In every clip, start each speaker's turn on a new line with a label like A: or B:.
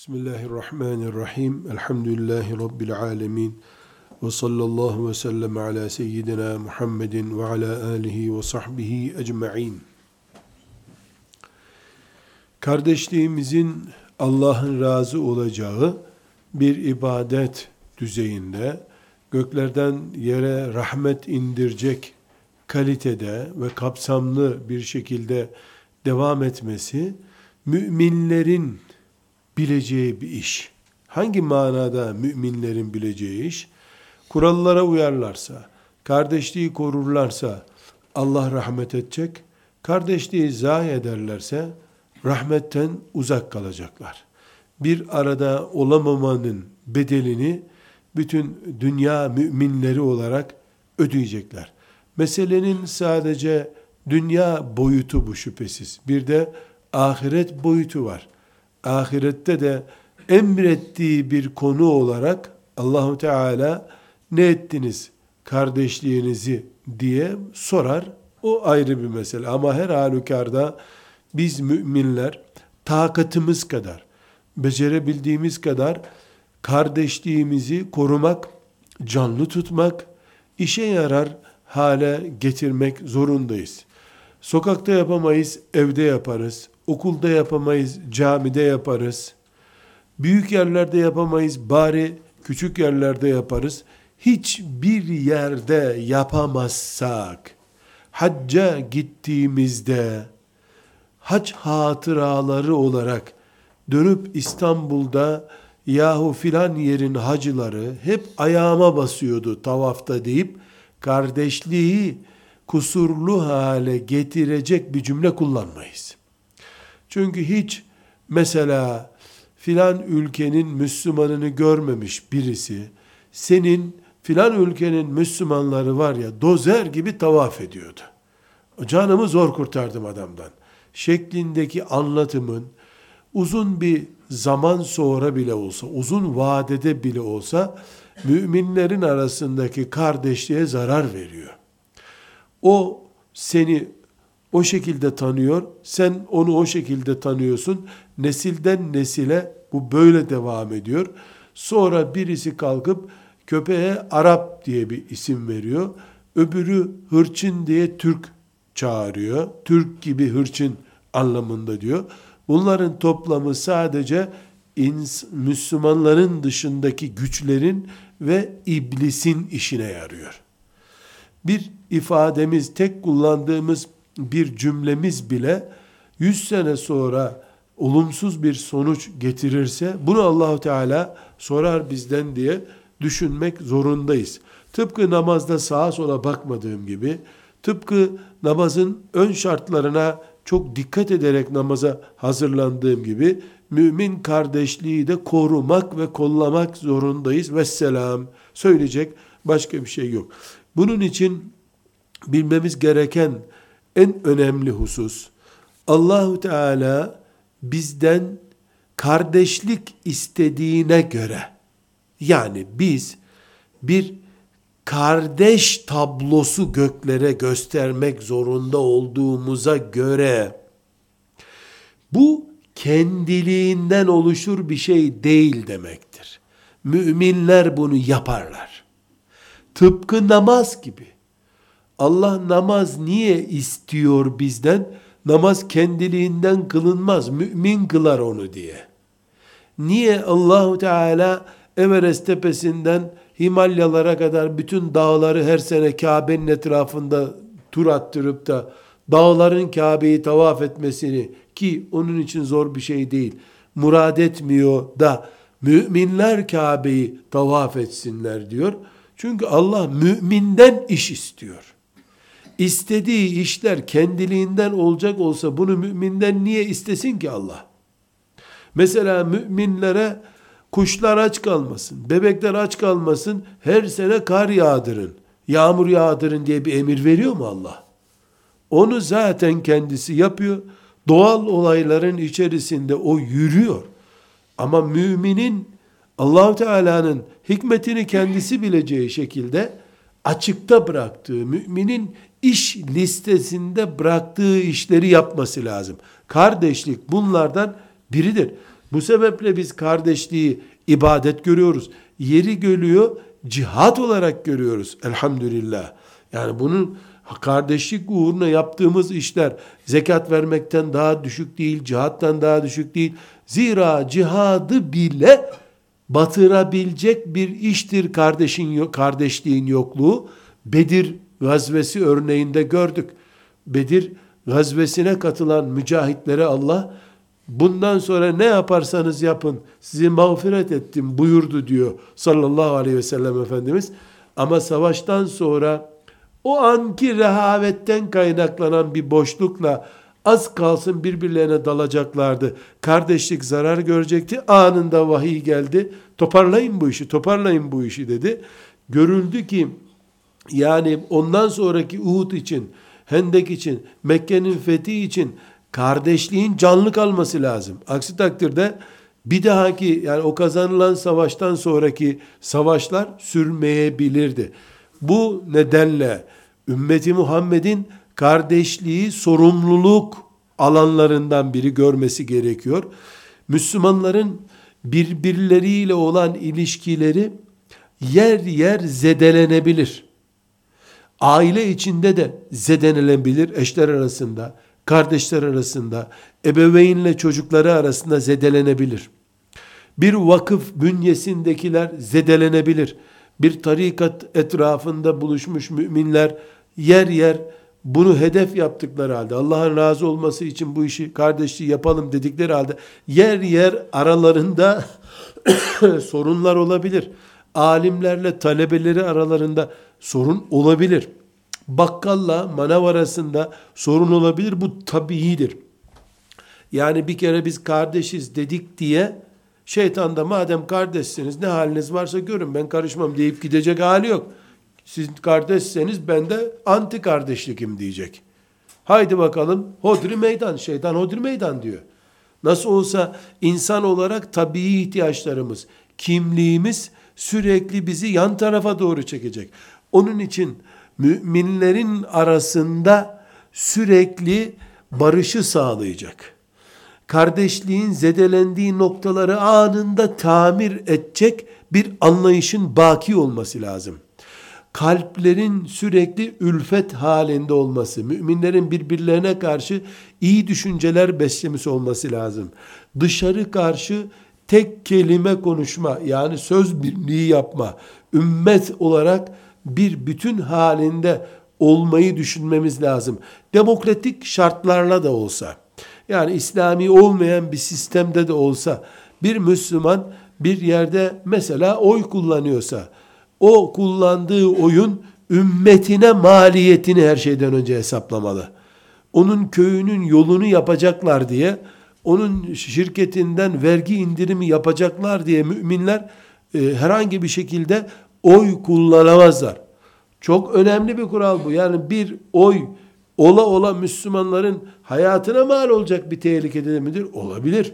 A: Bismillahirrahmanirrahim. Elhamdülillahi Rabbil alemin. Ve sallallahu ve sellem ala seyyidina Muhammedin ve ala alihi ve sahbihi ecma'in. Kardeşliğimizin Allah'ın razı olacağı bir ibadet düzeyinde, göklerden yere rahmet indirecek kalitede ve kapsamlı bir şekilde devam etmesi, müminlerin bileceği bir iş. Hangi manada müminlerin bileceği iş? Kurallara uyarlarsa, kardeşliği korurlarsa Allah rahmet edecek. Kardeşliği zayi ederlerse rahmetten uzak kalacaklar. Bir arada olamamanın bedelini bütün dünya müminleri olarak ödeyecekler. Meselenin sadece dünya boyutu bu şüphesiz. Bir de ahiret boyutu var. Ahirette de emrettiği bir konu olarak Allahu Teala ne ettiniz kardeşliğinizi diye sorar. O ayrı bir mesele. Ama her halükarda biz müminler takatımız kadar, becerebildiğimiz kadar kardeşliğimizi korumak, canlı tutmak, işe yarar hale getirmek zorundayız. Sokakta yapamayız, evde yaparız. Okulda yapamayız, camide yaparız. Büyük yerlerde yapamayız, bari küçük yerlerde yaparız. Hiçbir yerde yapamazsak, hacca gittiğimizde, hac hatıraları olarak dönüp İstanbul'da yahu filan yerin hacıları hep ayağıma basıyordu tavafta deyip, kardeşliği kusurlu hale getirecek bir cümle kullanmayız. Çünkü hiç mesela filan ülkenin Müslümanını görmemiş birisi, senin filan ülkenin Müslümanları var ya dozer gibi tavaf ediyordu. Canımı zor kurtardım adamdan şeklindeki anlatımın uzun bir zaman sonra bile olsa, uzun vadede bile olsa müminlerin arasındaki kardeşliğe zarar veriyor. O seni o şekilde tanıyor, sen onu o şekilde tanıyorsun. Nesilden nesile bu böyle devam ediyor. Sonra birisi kalkıp köpeğe Arap diye bir isim veriyor. Öbürü hırçın diye Türk çağırıyor. Türk gibi hırçın anlamında diyor. Bunların toplamı sadece Müslümanların dışındaki güçlerin ve iblisin işine yarıyor. Bir ifademiz, tek kullandığımız bir cümlemiz bile 100 sene sonra olumsuz bir sonuç getirirse bunu Allah-u Teala sorar bizden diye düşünmek zorundayız. Tıpkı namazda sağa sola bakmadığım gibi, tıpkı namazın ön şartlarına çok dikkat ederek namaza hazırlandığım gibi, mümin kardeşliği de korumak ve kollamak zorundayız. Vesselam. Söyleyecek başka bir şey yok. Bunun için bilmemiz gereken en önemli husus, Allahu Teala bizden kardeşlik istediğine göre, yani biz bir kardeş tablosu göklere göstermek zorunda olduğumuza göre, bu kendiliğinden oluşur bir şey değil demektir. Müminler bunu yaparlar. Tıpkı namaz gibi. Allah namaz niye istiyor bizden? Namaz kendiliğinden kılınmaz. Mümin kılar onu diye. Niye Allahu Teala Everest tepesinden Himalyalara kadar bütün dağları her sene Kabe'nin etrafında tur attırıp da dağların Kabe'yi tavaf etmesini, ki onun için zor bir şey değil, murad etmiyor da müminler Kabe'yi tavaf etsinler diyor. Çünkü Allah müminden iş istiyor. İstediği işler kendiliğinden olacak olsa bunu müminden niye istesin ki Allah? Mesela müminlere kuşlar aç kalmasın, bebekler aç kalmasın, her sene kar yağdırın, yağmur yağdırın diye bir emir veriyor mu Allah? Onu zaten kendisi yapıyor. Doğal olayların içerisinde o yürüyor. Ama müminin Allah-u Teala'nın hikmetini kendisi bileceği şekilde açıkta bıraktığı, müminin iş listesinde bıraktığı işleri yapması lazım. Kardeşlik bunlardan biridir. Bu sebeple biz kardeşliği ibadet görüyoruz. Yeri geliyor cihat olarak görüyoruz elhamdülillah. Yani bunun kardeşlik uğruna yaptığımız işler zekat vermekten daha düşük değil, cihattan daha düşük değil. Zira cihadı bile batırabilecek bir iştir kardeşliğin yokluğu. Bedir gazvesi örneğinde gördük. Bedir gazvesine katılan mücahitlere Allah bundan sonra ne yaparsanız yapın sizi mağfiret ettim buyurdu diyor sallallahu aleyhi ve sellem Efendimiz. Ama savaştan sonra o anki rehavetten kaynaklanan bir boşlukla az kalsın birbirlerine dalacaklardı. Kardeşlik zarar görecekti. Anında vahiy geldi. Toparlayın bu işi dedi. Görüldü ki yani ondan sonraki Uhud için, Hendek için, Mekke'nin fethi için kardeşliğin canlı kalması lazım. Aksi takdirde bir dahaki yani o kazanılan savaştan sonraki savaşlar sürmeyebilirdi. Bu nedenle ümmeti Muhammed'in kardeşliği sorumluluk alanlarından biri görmesi gerekiyor. Müslümanların birbirleriyle olan ilişkileri yer yer zedelenebilir. Aile içinde de zedelenebilir, eşler arasında, kardeşler arasında, ebeveynle çocukları arasında zedelenebilir. Bir vakıf bünyesindekiler zedelenebilir. Bir tarikat etrafında buluşmuş müminler yer yer bunu hedef yaptıkları halde, Allah'ın razı olması için bu işi kardeşliği yapalım dedikleri halde yer yer aralarında sorunlar olabilir. Alimlerle talebeleri aralarında sorun olabilir. Bakkalla manav arasında sorun olabilir. Bu tabiidir. Yani bir kere biz kardeşiz dedik diye şeytan da madem kardeşsiniz ne haliniz varsa görün ben karışmam deyip gidecek hali yok. Siz kardeşseniz ben de anti kardeşlikim diyecek. Haydi bakalım hodri meydan. Şeytan hodri meydan diyor. Nasıl olsa insan olarak tabii ihtiyaçlarımız, kimliğimiz sürekli bizi yan tarafa doğru çekecek. Onun için müminlerin arasında sürekli barışı sağlayacak. Kardeşliğin zedelendiği noktaları anında tamir edecek bir anlayışın baki olması lazım. Kalplerin sürekli ülfet halinde olması, müminlerin birbirlerine karşı iyi düşünceler beslemesi olması lazım. Dışarı karşı tek kelime konuşma, yani söz birliği yapma, ümmet olarak bir bütün halinde olmayı düşünmemiz lazım. Demokratik şartlarla da olsa, yani İslami olmayan bir sistemde de olsa, bir Müslüman bir yerde mesela oy kullanıyorsa, o kullandığı oyun ümmetine maliyetini her şeyden önce hesaplamalı. Onun köyünün yolunu yapacaklar diye, onun şirketinden vergi indirimi yapacaklar diye müminler herhangi bir şekilde oy kullanamazlar. Çok önemli bir kural bu. Yani bir oy ola ola Müslümanların hayatına mal olacak bir tehlikede midir? Olabilir.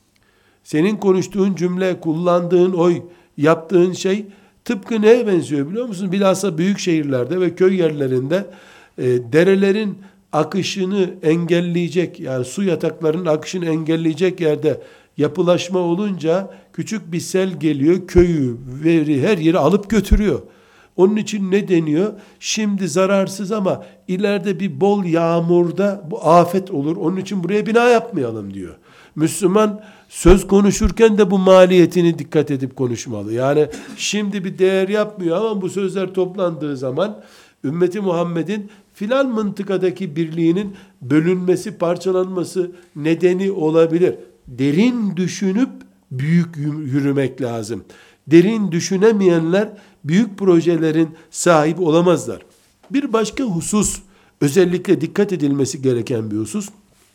A: Senin konuştuğun cümle, kullandığın oy, yaptığın şey tıpkı neye benziyor biliyor musun? Bilhassa büyük şehirlerde ve köy yerlerinde derelerin akışını engelleyecek, yani su yataklarının akışını engelleyecek yerde yapılaşma olunca küçük bir sel geliyor, köyü, her yeri alıp götürüyor. Onun için ne deniyor? Şimdi zararsız ama ileride bir bol yağmurda bu afet olur. Onun için buraya bina yapmayalım diyor. Müslüman söz konuşurken de bu maliyetini dikkat edip konuşmalı. Yani şimdi bir değer yapmıyor ama bu sözler toplandığı zaman ümmeti Muhammed'in filan mıntıkadaki birliğinin bölünmesi, parçalanması nedeni olabilir. Derin düşünüp büyük yürümek lazım. Derin düşünemeyenler büyük projelerin sahibi olamazlar. Bir başka husus, özellikle dikkat edilmesi gereken bir husus,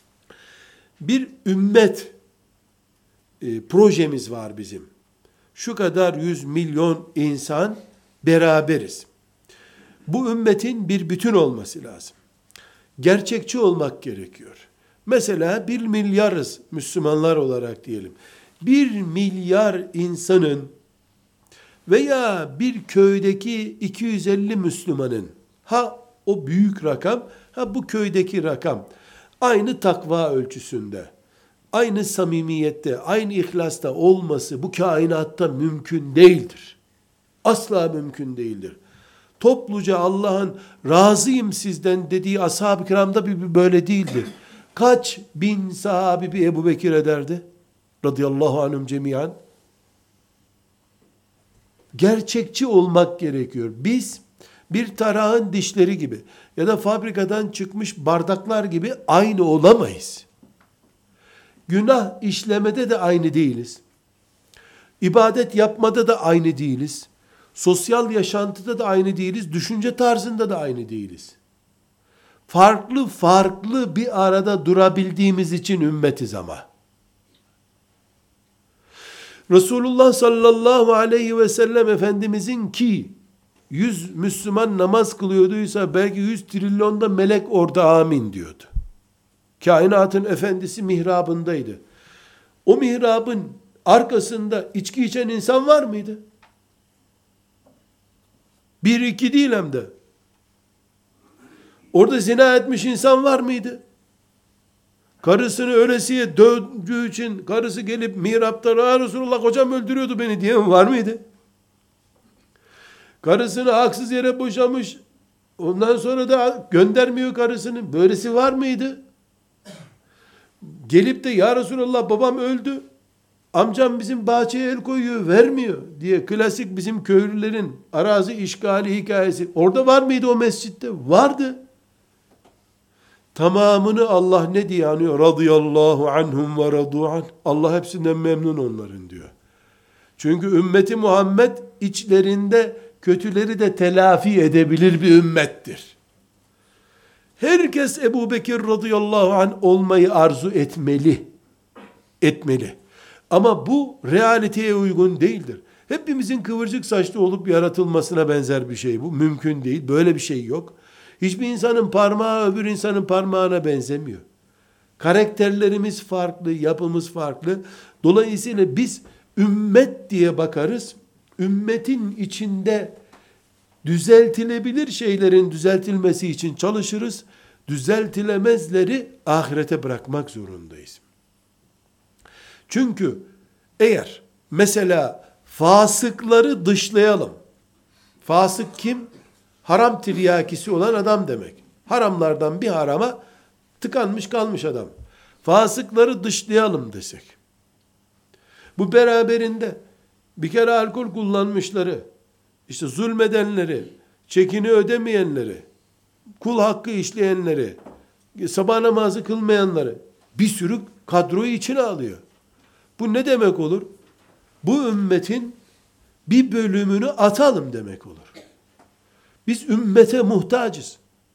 A: bir ümmet projemiz var bizim. Şu kadar 100 milyon insan beraberiz. Bu ümmetin bir bütün olması lazım. Gerçekçi olmak gerekiyor. Mesela 1 milyarız Müslümanlar olarak diyelim. 1 milyar insanın veya bir köydeki 250 Müslümanın, ha o büyük rakam, ha bu köydeki rakam, aynı takva ölçüsünde, aynı samimiyette, aynı ihlasta olması bu kainatta mümkün değildir. Asla mümkün değildir. Topluca Allah'ın razıyım sizden dediği ashab-ı kiramda bir böyle değildir. Kaç bin sahabi bir Ebu Bekir ederdi? Radıyallahu anhum cemiyan. Gerçekçi olmak gerekiyor. Biz bir tarağın dişleri gibi ya da fabrikadan çıkmış bardaklar gibi aynı olamayız. Günah işlemede de aynı değiliz. İbadet yapmada da aynı değiliz. Sosyal yaşantıda da aynı değiliz. Düşünce tarzında da aynı değiliz. Farklı farklı bir arada durabildiğimiz için ümmetiz ama. Resulullah sallallahu aleyhi ve sellem Efendimizin ki 100 Müslüman namaz kılıyorduysa belki 100 trilyonda melek orada amin diyordu. Kainatın efendisi mihrabındaydı. O mihrabın arkasında içki içen insan var mıydı? Bir iki değil hem de. Orada zina etmiş insan var mıydı? Karısını ölesiye dövdüğü için karısı gelip mihrapta Resulullah kocam öldürüyordu beni diyen var mıydı? Karısını haksız yere boşamış, ondan sonra da göndermiyor karısını. Böylesi var mıydı? Gelip de ya Resulallah babam öldü, amcam bizim bahçeye el koyuyor, vermiyor diye klasik bizim köylülerin arazi işgali hikayesi. Orada var mıydı o mescitte? Vardı. Tamamını Allah ne diye anıyor? Radıyallahu anhum ve radu anh. Allah hepsinden memnun onların diyor. Çünkü ümmeti Muhammed içlerinde kötüleri de telafi edebilir bir ümmettir. Herkes Ebu Bekir radıyallahu anh olmayı arzu etmeli. Etmeli. Ama bu realiteye uygun değildir. Hepimizin kıvırcık saçlı olup yaratılmasına benzer bir şey bu. Mümkün değil. Böyle bir şey yok. Hiçbir insanın parmağı öbür insanın parmağına benzemiyor. Karakterlerimiz farklı, yapımız farklı. Dolayısıyla biz ümmet diye bakarız. Ümmetin içinde düzeltilebilir şeylerin düzeltilmesi için çalışırız. Düzeltilemezleri ahirete bırakmak zorundayız. Çünkü eğer mesela fasıkları dışlayalım. Fasık kim? Haram tiryakisi olan adam demek. Haramlardan bir harama tıkanmış kalmış adam. Fasıkları dışlayalım desek. Bu beraberinde bir kere alkol kullanmışları, işte zulmedenleri, çekini ödemeyenleri, kul hakkı işleyenleri, sabah namazı kılmayanları bir sürü kadroyu içine alıyor. Bu ne demek olur? Bu ümmetin bir bölümünü atalım demek olur. Biz ümmete muhtacız.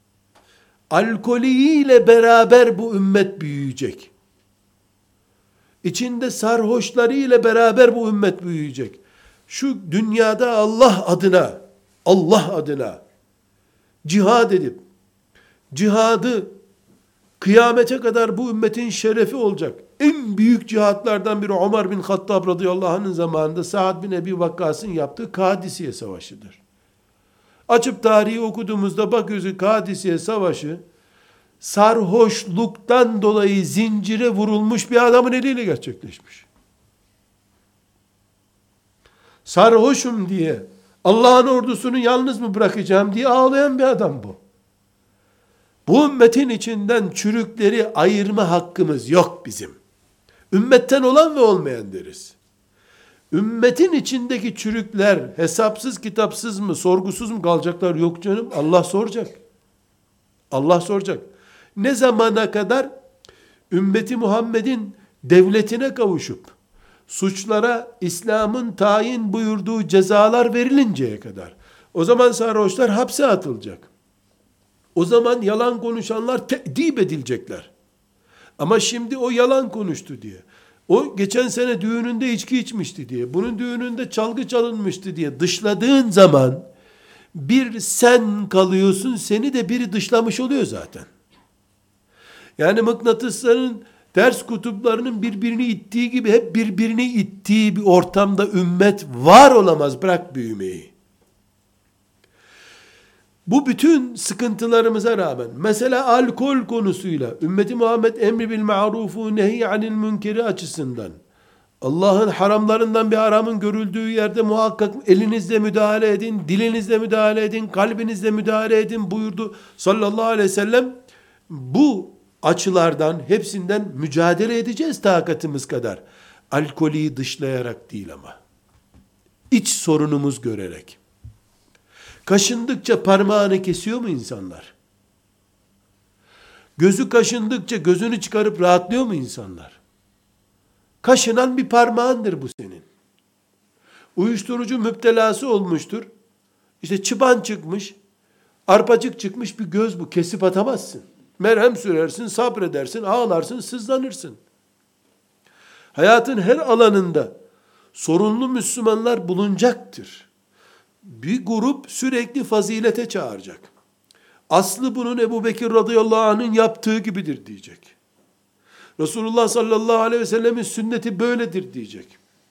A: Alkolüyle beraber bu ümmet büyüyecek. İçinde sarhoşlarıyla beraber bu ümmet büyüyecek. Şu dünyada Allah adına cihad edip, cihadı kıyamete kadar bu ümmetin şerefi olacak. En büyük cihatlardan biri Ömer bin Hattab radıyallahu anh'ın zamanında Sa'd bin Ebi Vakkas'ın yaptığı Kadisiye Savaşı'dır. Açıp tarihi okuduğumuzda bakıyoruz Kadisiye Savaşı sarhoşluktan dolayı zincire vurulmuş bir adamın eliyle gerçekleşmiş. Sarhoşum diye Allah'ın ordusunu yalnız mı bırakacağım diye ağlayan bir adam bu. Bu ümmetin içinden çürükleri ayırma hakkımız yok bizim. Ümmetten olan ve olmayan deriz. Ümmetin içindeki çürükler hesapsız kitapsız mı, sorgusuz mu kalacaklar? Yok canım, Allah soracak. Allah soracak. Ne zamana kadar? Ümmeti Muhammed'in devletine kavuşup, suçlara İslam'ın tayin buyurduğu cezalar verilinceye kadar. O zaman sarhoşlar hapse atılacak. O zaman yalan konuşanlar te'dip edilecekler. Ama şimdi o yalan konuştu diye, o geçen sene düğününde içki içmişti diye, bunun düğününde çalgı çalınmıştı diye dışladığın zaman, bir sen kalıyorsun, seni de biri dışlamış oluyor zaten. Yani mıknatısların ters kutuplarının birbirini ittiği gibi hep birbirini ittiği bir ortamda ümmet var olamaz, bırak büyümeyi. Bu bütün sıkıntılarımıza rağmen, mesela alkol konusuyla, ümmeti Muhammed emri bil ma'rufu nehy anil münkeri açısından, Allah'ın haramlarından bir haramın görüldüğü yerde muhakkak elinizle müdahale edin, dilinizle müdahale edin, kalbinizle müdahale edin buyurdu sallallahu aleyhi ve sellem. Bu açılardan hepsinden mücadele edeceğiz takatımız kadar. Alkolü dışlayarak değil ama. İç sorunumuz görerek. Kaşındıkça parmağını kesiyor mu insanlar? Gözü kaşındıkça gözünü çıkarıp rahatlıyor mu insanlar? Kaşınan bir parmağındır bu senin. Uyuşturucu müptelası olmuştur. İşte çıban çıkmış, arpacık çıkmış bir göz bu. Kesip atamazsın. Merhem sürersin, sabredersin, ağlarsın, sızlanırsın. Hayatın her alanında sorunlu Müslümanlar bulunacaktır. Bir grup sürekli fazilete çağıracak. Aslı bunun Ebu Bekir radıyallahu anh'ın yaptığı gibidir diyecek. Resulullah sallallahu aleyhi ve sellemin sünneti böyledir diyecek.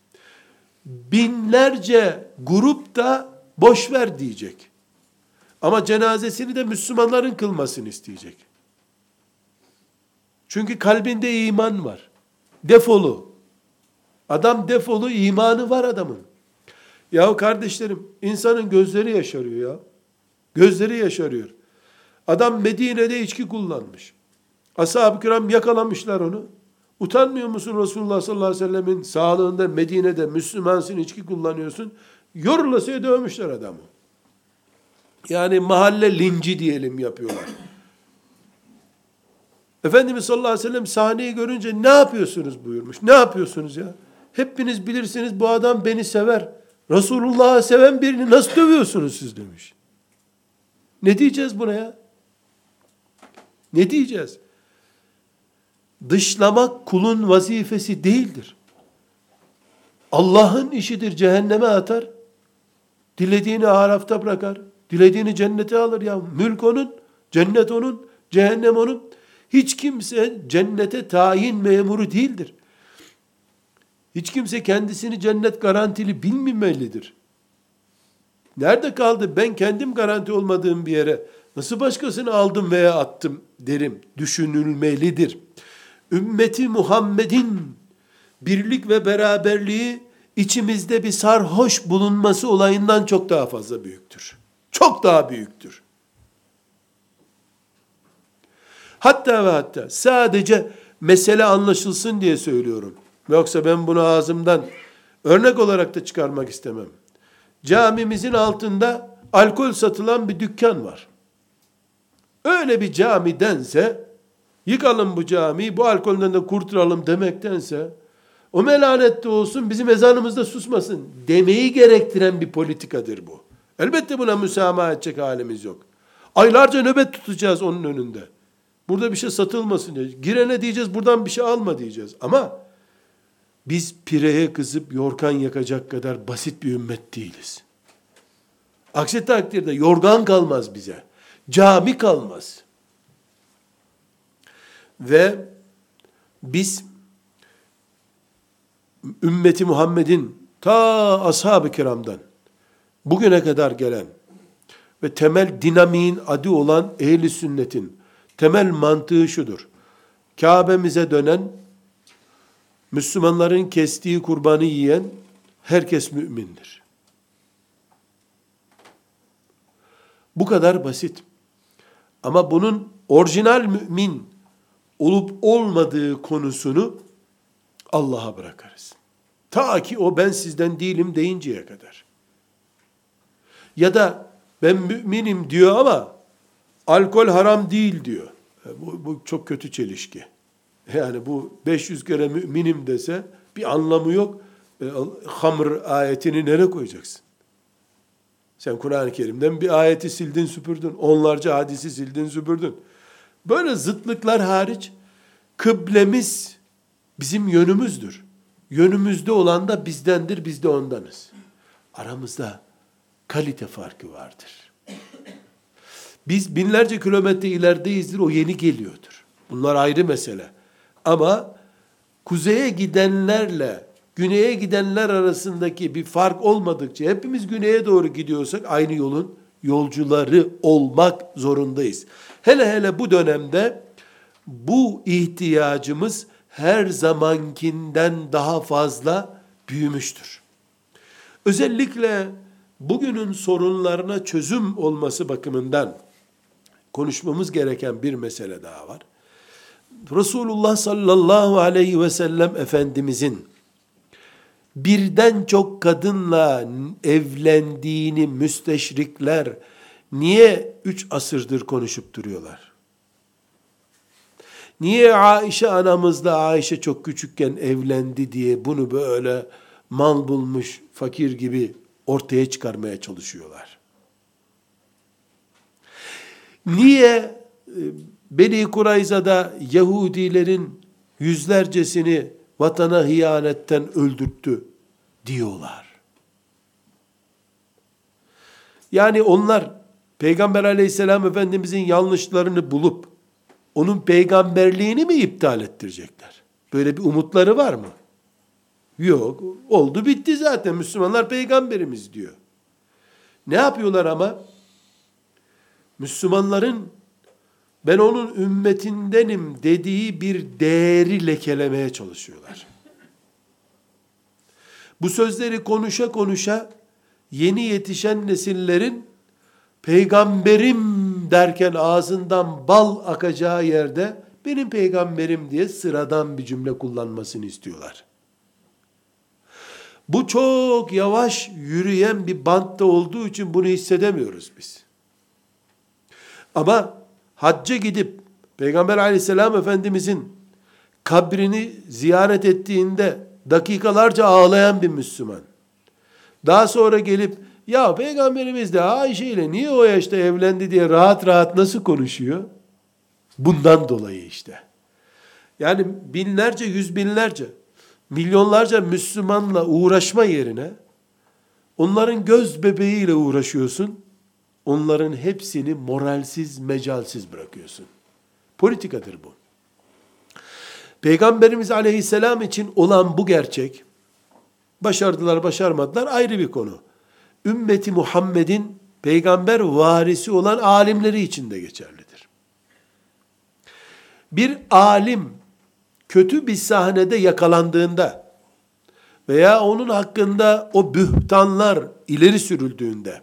A: Binlerce grup da boş ver diyecek. Ama cenazesini de Müslümanların kılmasını isteyecek. Çünkü kalbinde iman var. Defolu. Adam defolu, imanı var adamın. Yahu kardeşlerim, insanın gözleri yaşarıyor ya. Gözleri yaşarıyor. Adam Medine'de içki kullanmış. Ashab-ı kiram yakalamışlar onu. Utanmıyor musun Resulullah sallallahu aleyhi ve sellemin sağlığında Medine'de Müslümansın, içki kullanıyorsun? Yorulasıya dövmüşler adamı. Yani mahalle linci diyelim yapıyorlar. Efendimiz sallallahu aleyhi ve sellem sahneyi görünce ne yapıyorsunuz buyurmuş. Ne yapıyorsunuz ya? Hepiniz bilirsiniz bu adam beni sever. Resulullah'ı seven birini nasıl dövüyorsunuz siz demiş. Ne diyeceğiz buna ya? Ne diyeceğiz? Dışlamak kulun vazifesi değildir. Allah'ın işidir, cehenneme atar. Dilediğini arafta bırakar. Dilediğini cennete alır ya. Mülk onun, cennet onun, cehennem onun. Hiç kimse cennete tayin memuru değildir. Hiç kimse kendisini cennet garantili bilmemelidir. Nerede kaldı? Ben kendim garanti olmadığım bir yere nasıl başkasını aldım veya attım derim. Düşünülmelidir. Ümmeti Muhammed'in birlik ve beraberliği içimizde bir sarhoş bulunması olayından çok daha fazla büyüktür. Çok daha büyüktür. Hatta ve hatta sadece mesele anlaşılsın diye söylüyorum. Yoksa ben bunu ağzımdan örnek olarak da çıkarmak istemem. Camimizin altında alkol satılan bir dükkan var. Öyle bir camidense, yıkalım bu camiyi, bu alkolden de kurtulalım demektense, o melanette olsun, bizim ezanımızda susmasın demeyi gerektiren bir politikadır bu. Elbette buna müsamaha edecek halimiz yok. Aylarca nöbet tutacağız onun önünde. Burada bir şey satılmasın diye. Girene diyeceğiz, buradan bir şey alma diyeceğiz. Ama biz pireye kızıp yorgan yakacak kadar basit bir ümmet değiliz. Aksi takdirde yorgan kalmaz bize. Cami kalmaz. Ve biz ümmeti Muhammed'in ta ashab-ı kiramdan bugüne kadar gelen ve temel dinamiğin adı olan ehl-i sünnetin temel mantığı şudur. Kabe'mize dönen, Müslümanların kestiği kurbanı yiyen herkes mümindir. Bu kadar basit. Ama bunun orijinal mümin olup olmadığı konusunu Allah'a bırakarız. Ta ki o ben sizden değilim deyinceye kadar. Ya da ben müminim diyor ama alkol haram değil diyor. Bu çok kötü çelişki. Yani bu 500 kere müminim dese bir anlamı yok. Hamr ayetini nereye koyacaksın? Sen Kur'an-ı Kerim'den bir ayeti sildin süpürdün. Onlarca hadisi sildin süpürdün. Böyle zıtlıklar hariç kıblemiz bizim yönümüzdür. Yönümüzde olan da bizdendir, biz de ondanız. Aramızda kalite farkı vardır. Biz binlerce kilometre ilerideyizdir, o yeni geliyordur. Bunlar ayrı mesele. Ama kuzeye gidenlerle güneye gidenler arasındaki bir fark olmadıkça, hepimiz güneye doğru gidiyorsak aynı yolun yolcuları olmak zorundayız. Hele hele bu dönemde bu ihtiyacımız her zamankinden daha fazla büyümüştür. Özellikle bugünün sorunlarına çözüm olması bakımından konuşmamız gereken bir mesele daha var. Resulullah sallallahu aleyhi ve sellem Efendimizin birden çok kadınla evlendiğini müsteşrikler niye 3 asırdır konuşup duruyorlar? Niye Aişe anamızla Aişe çok küçükken evlendi diye bunu böyle mal bulmuş fakir gibi ortaya çıkarmaya çalışıyorlar? Niye Beni Kurayza'da Yahudilerin yüzlercesini vatana hiyanetten öldürttü diyorlar? Yani onlar Peygamber aleyhisselam Efendimizin yanlışlarını bulup onun peygamberliğini mi iptal ettirecekler? Böyle bir umutları var mı? Yok. Oldu bitti zaten. Müslümanlar peygamberimiz diyor. Ne yapıyorlar ama? Müslümanların ben onun ümmetindenim dediği bir değeri lekelemeye çalışıyorlar. Bu sözleri konuşa konuşa yeni yetişen nesillerin peygamberim derken ağzından bal akacağı yerde benim peygamberim diye sıradan bir cümle kullanmasını istiyorlar. Bu çok yavaş yürüyen bir bantta olduğu için bunu hissedemiyoruz biz. Ama hacca gidip Peygamber aleyhisselam Efendimizin kabrini ziyaret ettiğinde dakikalarca ağlayan bir Müslüman, daha sonra gelip ya Peygamberimiz de Ayşe ile niye o yaşta evlendi diye rahat rahat nasıl konuşuyor? Bundan dolayı işte. Yani binlerce, yüz binlerce, milyonlarca Müslümanla uğraşma yerine onların göz bebeğiyle uğraşıyorsun. Onların hepsini moralsiz, mecalsiz bırakıyorsun. Politikadır bu. Peygamberimiz aleyhisselam için olan bu gerçek, başardılar, başarmadılar ayrı bir konu. Ümmeti Muhammed'in peygamber varisi olan alimleri için de geçerlidir. Bir alim kötü bir sahnede yakalandığında veya onun hakkında o bühtanlar ileri sürüldüğünde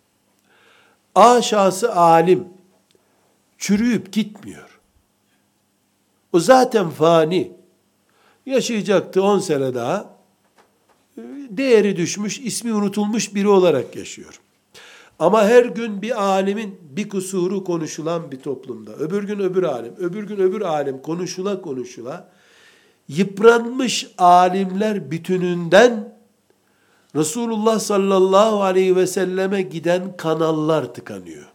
A: şahsı alim çürüyüp gitmiyor. O zaten fani. Yaşayacaktı 10 sene daha. Değeri düşmüş, ismi unutulmuş biri olarak yaşıyor. Ama her gün bir alimin bir kusuru konuşulan bir toplumda, öbür gün öbür alim, öbür gün öbür alim konuşula konuşula, yıpranmış alimler bütününden Resulullah sallallahu aleyhi ve selleme giden kanallar tıkanıyor.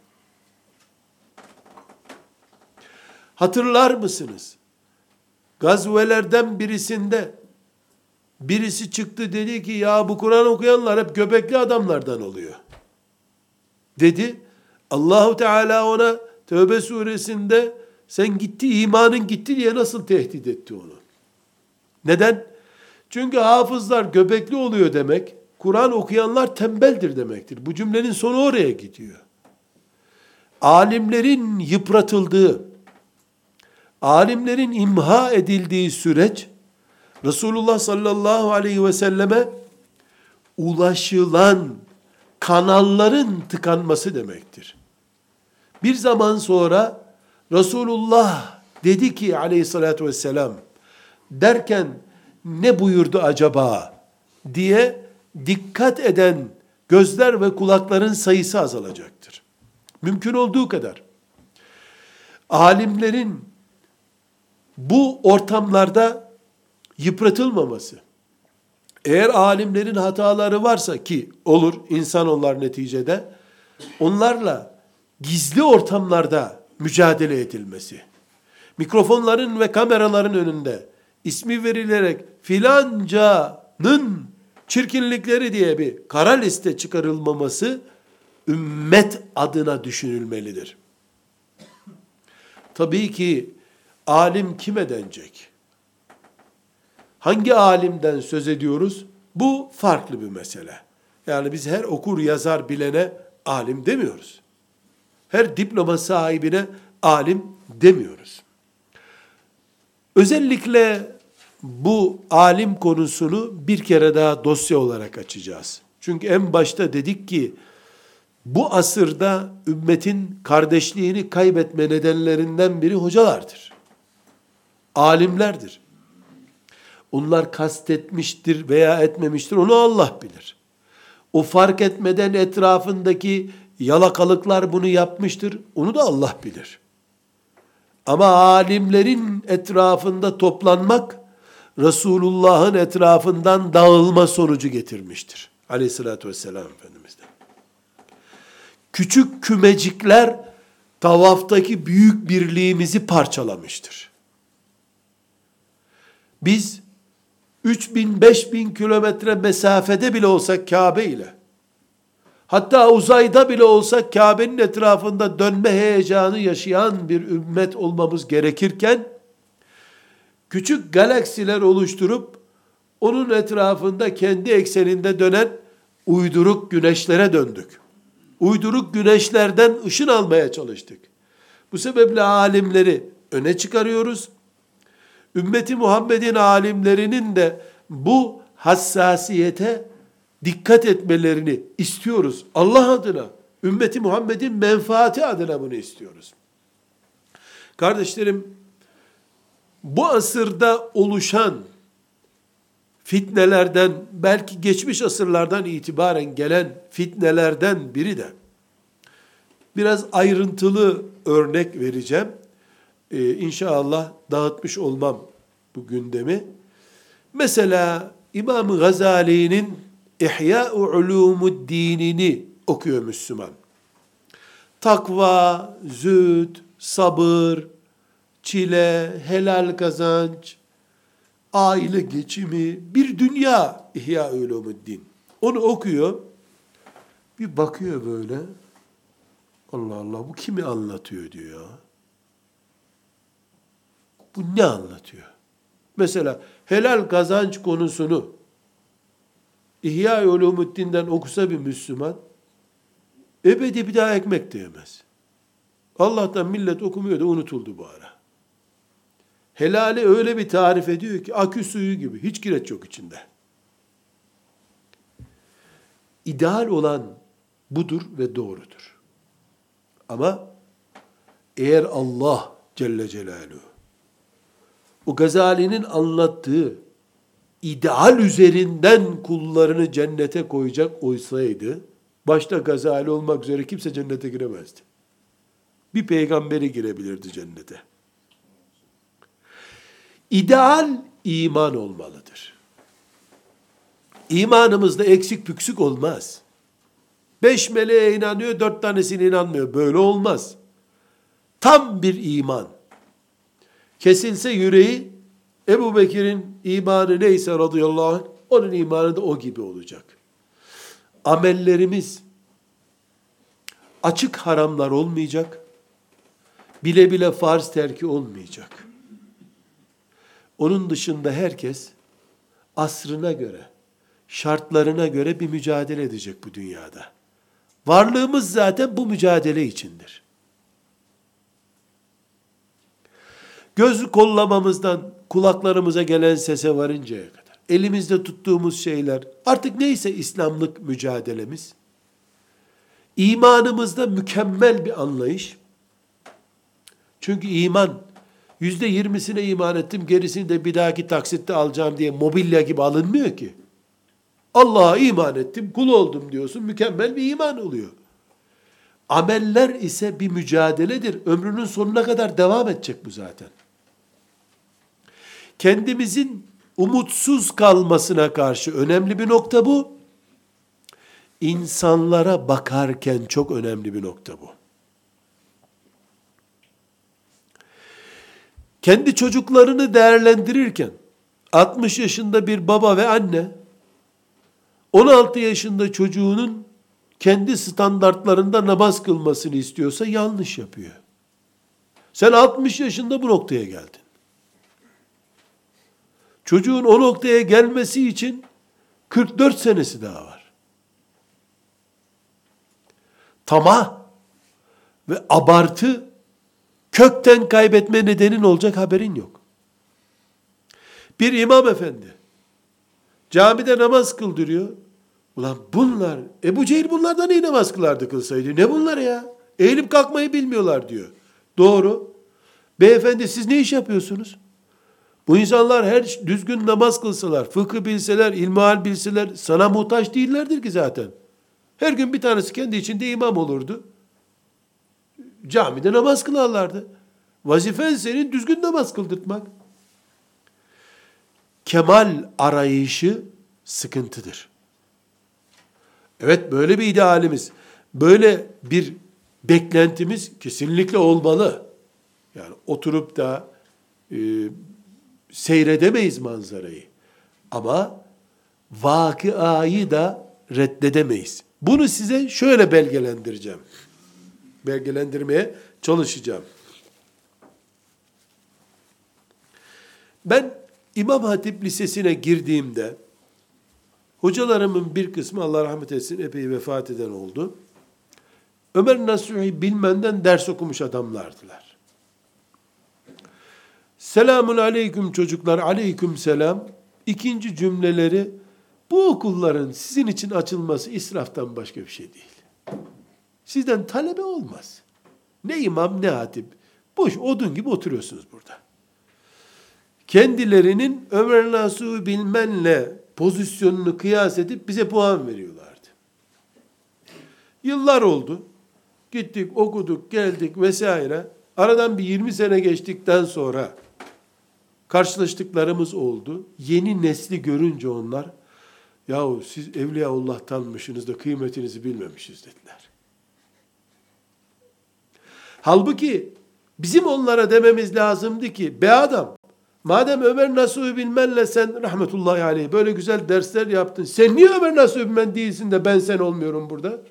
A: Hatırlar mısınız? Gazvelerden birisinde birisi çıktı dedi ki ya bu Kur'an okuyanlar hep göbekli adamlardan oluyor. Dedi. Allahu Teala ona Tevbe suresinde sen gitti imanın gitti diye nasıl tehdit etti onu? Neden? Çünkü hafızlar göbekli oluyor demek, Kur'an okuyanlar tembeldir demektir. Bu cümlenin sonu oraya gidiyor. Alimlerin yıpratıldığı, alimlerin imha edildiği süreç, Resulullah sallallahu aleyhi ve selleme ulaşılan kanalların tıkanması demektir. Bir zaman sonra Resulullah dedi ki aleyhissalatü vesselam derken ne buyurdu acaba diye dikkat eden gözler ve kulakların sayısı azalacaktır. Mümkün olduğu kadar alimlerin bu ortamlarda yıpratılmaması, eğer alimlerin hataları varsa ki olur, insan onlar neticede, onlarla gizli ortamlarda mücadele edilmesi, mikrofonların ve kameraların önünde ismi verilerek filancanın çirkinlikleri diye bir kara liste çıkarılmaması ümmet adına düşünülmelidir. Tabii ki alim kime denecek? Hangi alimden söz ediyoruz? Bu farklı bir mesele. Yani biz her okur yazar bilene alim demiyoruz. Her diploma sahibine alim demiyoruz. Özellikle bu alim konusunu bir kere daha dosya olarak açacağız. Çünkü en başta dedik ki, bu asırda ümmetin kardeşliğini kaybetme nedenlerinden biri hocalardır. Alimlerdir. Onlar kastetmiştir veya etmemiştir, onu Allah bilir. O fark etmeden etrafındaki yalakalıklar bunu yapmıştır, onu da Allah bilir. Ama alimlerin etrafında toplanmak, Resulullah'ın etrafından dağılma sonucu getirmiştir. Aleyhissalatü vesselam Efendimiz'den. Küçük kümecikler, tavaftaki büyük birliğimizi parçalamıştır. Biz, 3000-5000 kilometre mesafede bile olsak Kabe ile, hatta uzayda bile olsak Kabe'nin etrafında dönme heyecanı yaşayan bir ümmet olmamız gerekirken, küçük galaksiler oluşturup, onun etrafında kendi ekseninde dönen uyduruk güneşlere döndük. Uyduruk güneşlerden ışın almaya çalıştık. Bu sebeple alimleri öne çıkarıyoruz. Ümmeti Muhammed'in alimlerinin de bu hassasiyete dikkat etmelerini istiyoruz. Allah adına, ümmeti Muhammed'in menfaati adına bunu istiyoruz. Kardeşlerim, bu asırda oluşan fitnelerden, belki geçmiş asırlardan itibaren gelen fitnelerden biri de, biraz ayrıntılı örnek vereceğim. İnşallah dağıtmış olmam bu gündemi. Mesela İmam Gazali'nin İhya-u Ulumu'd-Din'ini okuyor Müslüman. Takva, zühd, sabır, çile, helal kazanç, aile geçimi, bir dünya İhya-u Ulumu'd-Din. Onu okuyor, bir bakıyor böyle, Allah Allah, bu kimi anlatıyor diyor. Bu ne anlatıyor? Mesela helal kazanç konusunu İhya-i Ulumuddin'den okusa bir Müslüman, ebedi bir daha ekmek de yemez. Allah'tan millet okumuyor da unutuldu bu ara. Helali öyle bir tarif ediyor ki, akü suyu gibi, hiç kireç yok içinde. İdeal olan budur ve doğrudur. Ama eğer Allah Celle Celaluhu, o Gazali'nin anlattığı ideal üzerinden kullarını cennete koyacak olsaydı, başta Gazali olmak üzere kimse cennete giremezdi. Bir peygamberi girebilirdi cennete. İdeal iman olmalıdır. İmanımızda eksik püksük olmaz. 5 meleğe inanıyor, 4 tanesine inanmıyor. Böyle olmaz. Tam bir iman. Kesilse yüreği, Ebu Bekir'in imanı neyse radıyallahu anh, onun imanı da o gibi olacak. Amellerimiz açık haramlar olmayacak, bile bile farz terki olmayacak. Onun dışında herkes asrına göre, şartlarına göre bir mücadele edecek bu dünyada. Varlığımız zaten bu mücadele içindir. Göz kollamamızdan kulaklarımıza gelen sese varıncaya kadar, elimizde tuttuğumuz şeyler, artık neyse İslamlık mücadelemiz, imanımızda mükemmel bir anlayış. Çünkü iman, %20'sine iman ettim, gerisini de bir dahaki taksitte alacağım diye mobilya gibi alınmıyor ki. Allah'a iman ettim, kul oldum diyorsun, mükemmel bir iman oluyor. Ameller ise bir mücadeledir. Ömrünün sonuna kadar devam edecek bu zaten. Kendimizin umutsuz kalmasına karşı önemli bir nokta bu. İnsanlara bakarken çok önemli bir nokta bu. Kendi çocuklarını değerlendirirken 60 yaşında bir baba ve anne 16 yaşında çocuğunun kendi standartlarında namaz kılmasını istiyorsa yanlış yapıyor. Sen 60 yaşında bu noktaya geldin. Çocuğun o noktaya gelmesi için 44 senesi daha var. tamah ve abartı kökten kaybetme nedenin olacak, haberin yok. Bir imam efendi camide namaz kıldırıyor. Ulan bunlar, Ebu Cehil bunlardan iyi namaz kılardı kılsaydı. Ne bunlar ya? Eğilip kalkmayı bilmiyorlar diyor. Doğru. Beyefendi siz ne iş yapıyorsunuz? Bu insanlar her düzgün namaz kılsalar, fıkıh bilseler, ilmihal bilseler sana muhtaç değillerdir ki zaten. Her gün bir tanesi kendi içinde imam olurdu. Camide namaz kılarlardı. Vazifen senin düzgün namaz kıldırtmak. Kemal arayışı sıkıntıdır. Evet, böyle bir idealimiz, böyle bir beklentimiz kesinlikle olmalı. Yani oturup da seyredemeyiz manzarayı. Ama vakıayı da reddedemeyiz. Bunu size şöyle belgelendireceğim. Belgelendirmeye çalışacağım. Ben İmam Hatip Lisesi'ne girdiğimde hocalarımın bir kısmı, Allah rahmet etsin, epey vefat eden oldu. Ömer Nasuhi Bilmen'den ders okumuş adamlardılar. Selamun aleyküm çocuklar, aleyküm selam. İkinci cümleleri, bu okulların sizin için açılması israftan başka bir şey değil. Sizden talebe olmaz. Ne imam ne hatip. Boş odun gibi oturuyorsunuz burada. Kendilerinin Ömer Nasuhi Bilmen'le pozisyonunu kıyas edip bize puan veriyorlardı. Yıllar oldu. Gittik, okuduk, geldik vesaire. Aradan bir 20 sene geçtikten sonra karşılaştıklarımız oldu. Yeni nesli görünce onlar, yahu siz Evliyaullah'tanmışsınız da kıymetinizi bilmemişiz dediler. Halbuki bizim onlara dememiz lazımdı ki, be adam, madem Ömer Nasuhi Bilmen'le sen rahmetullahi aleyh böyle güzel dersler yaptın, sen niye Ömer Nasuhi Bilmen değilsin de ben sen olmuyorum burada?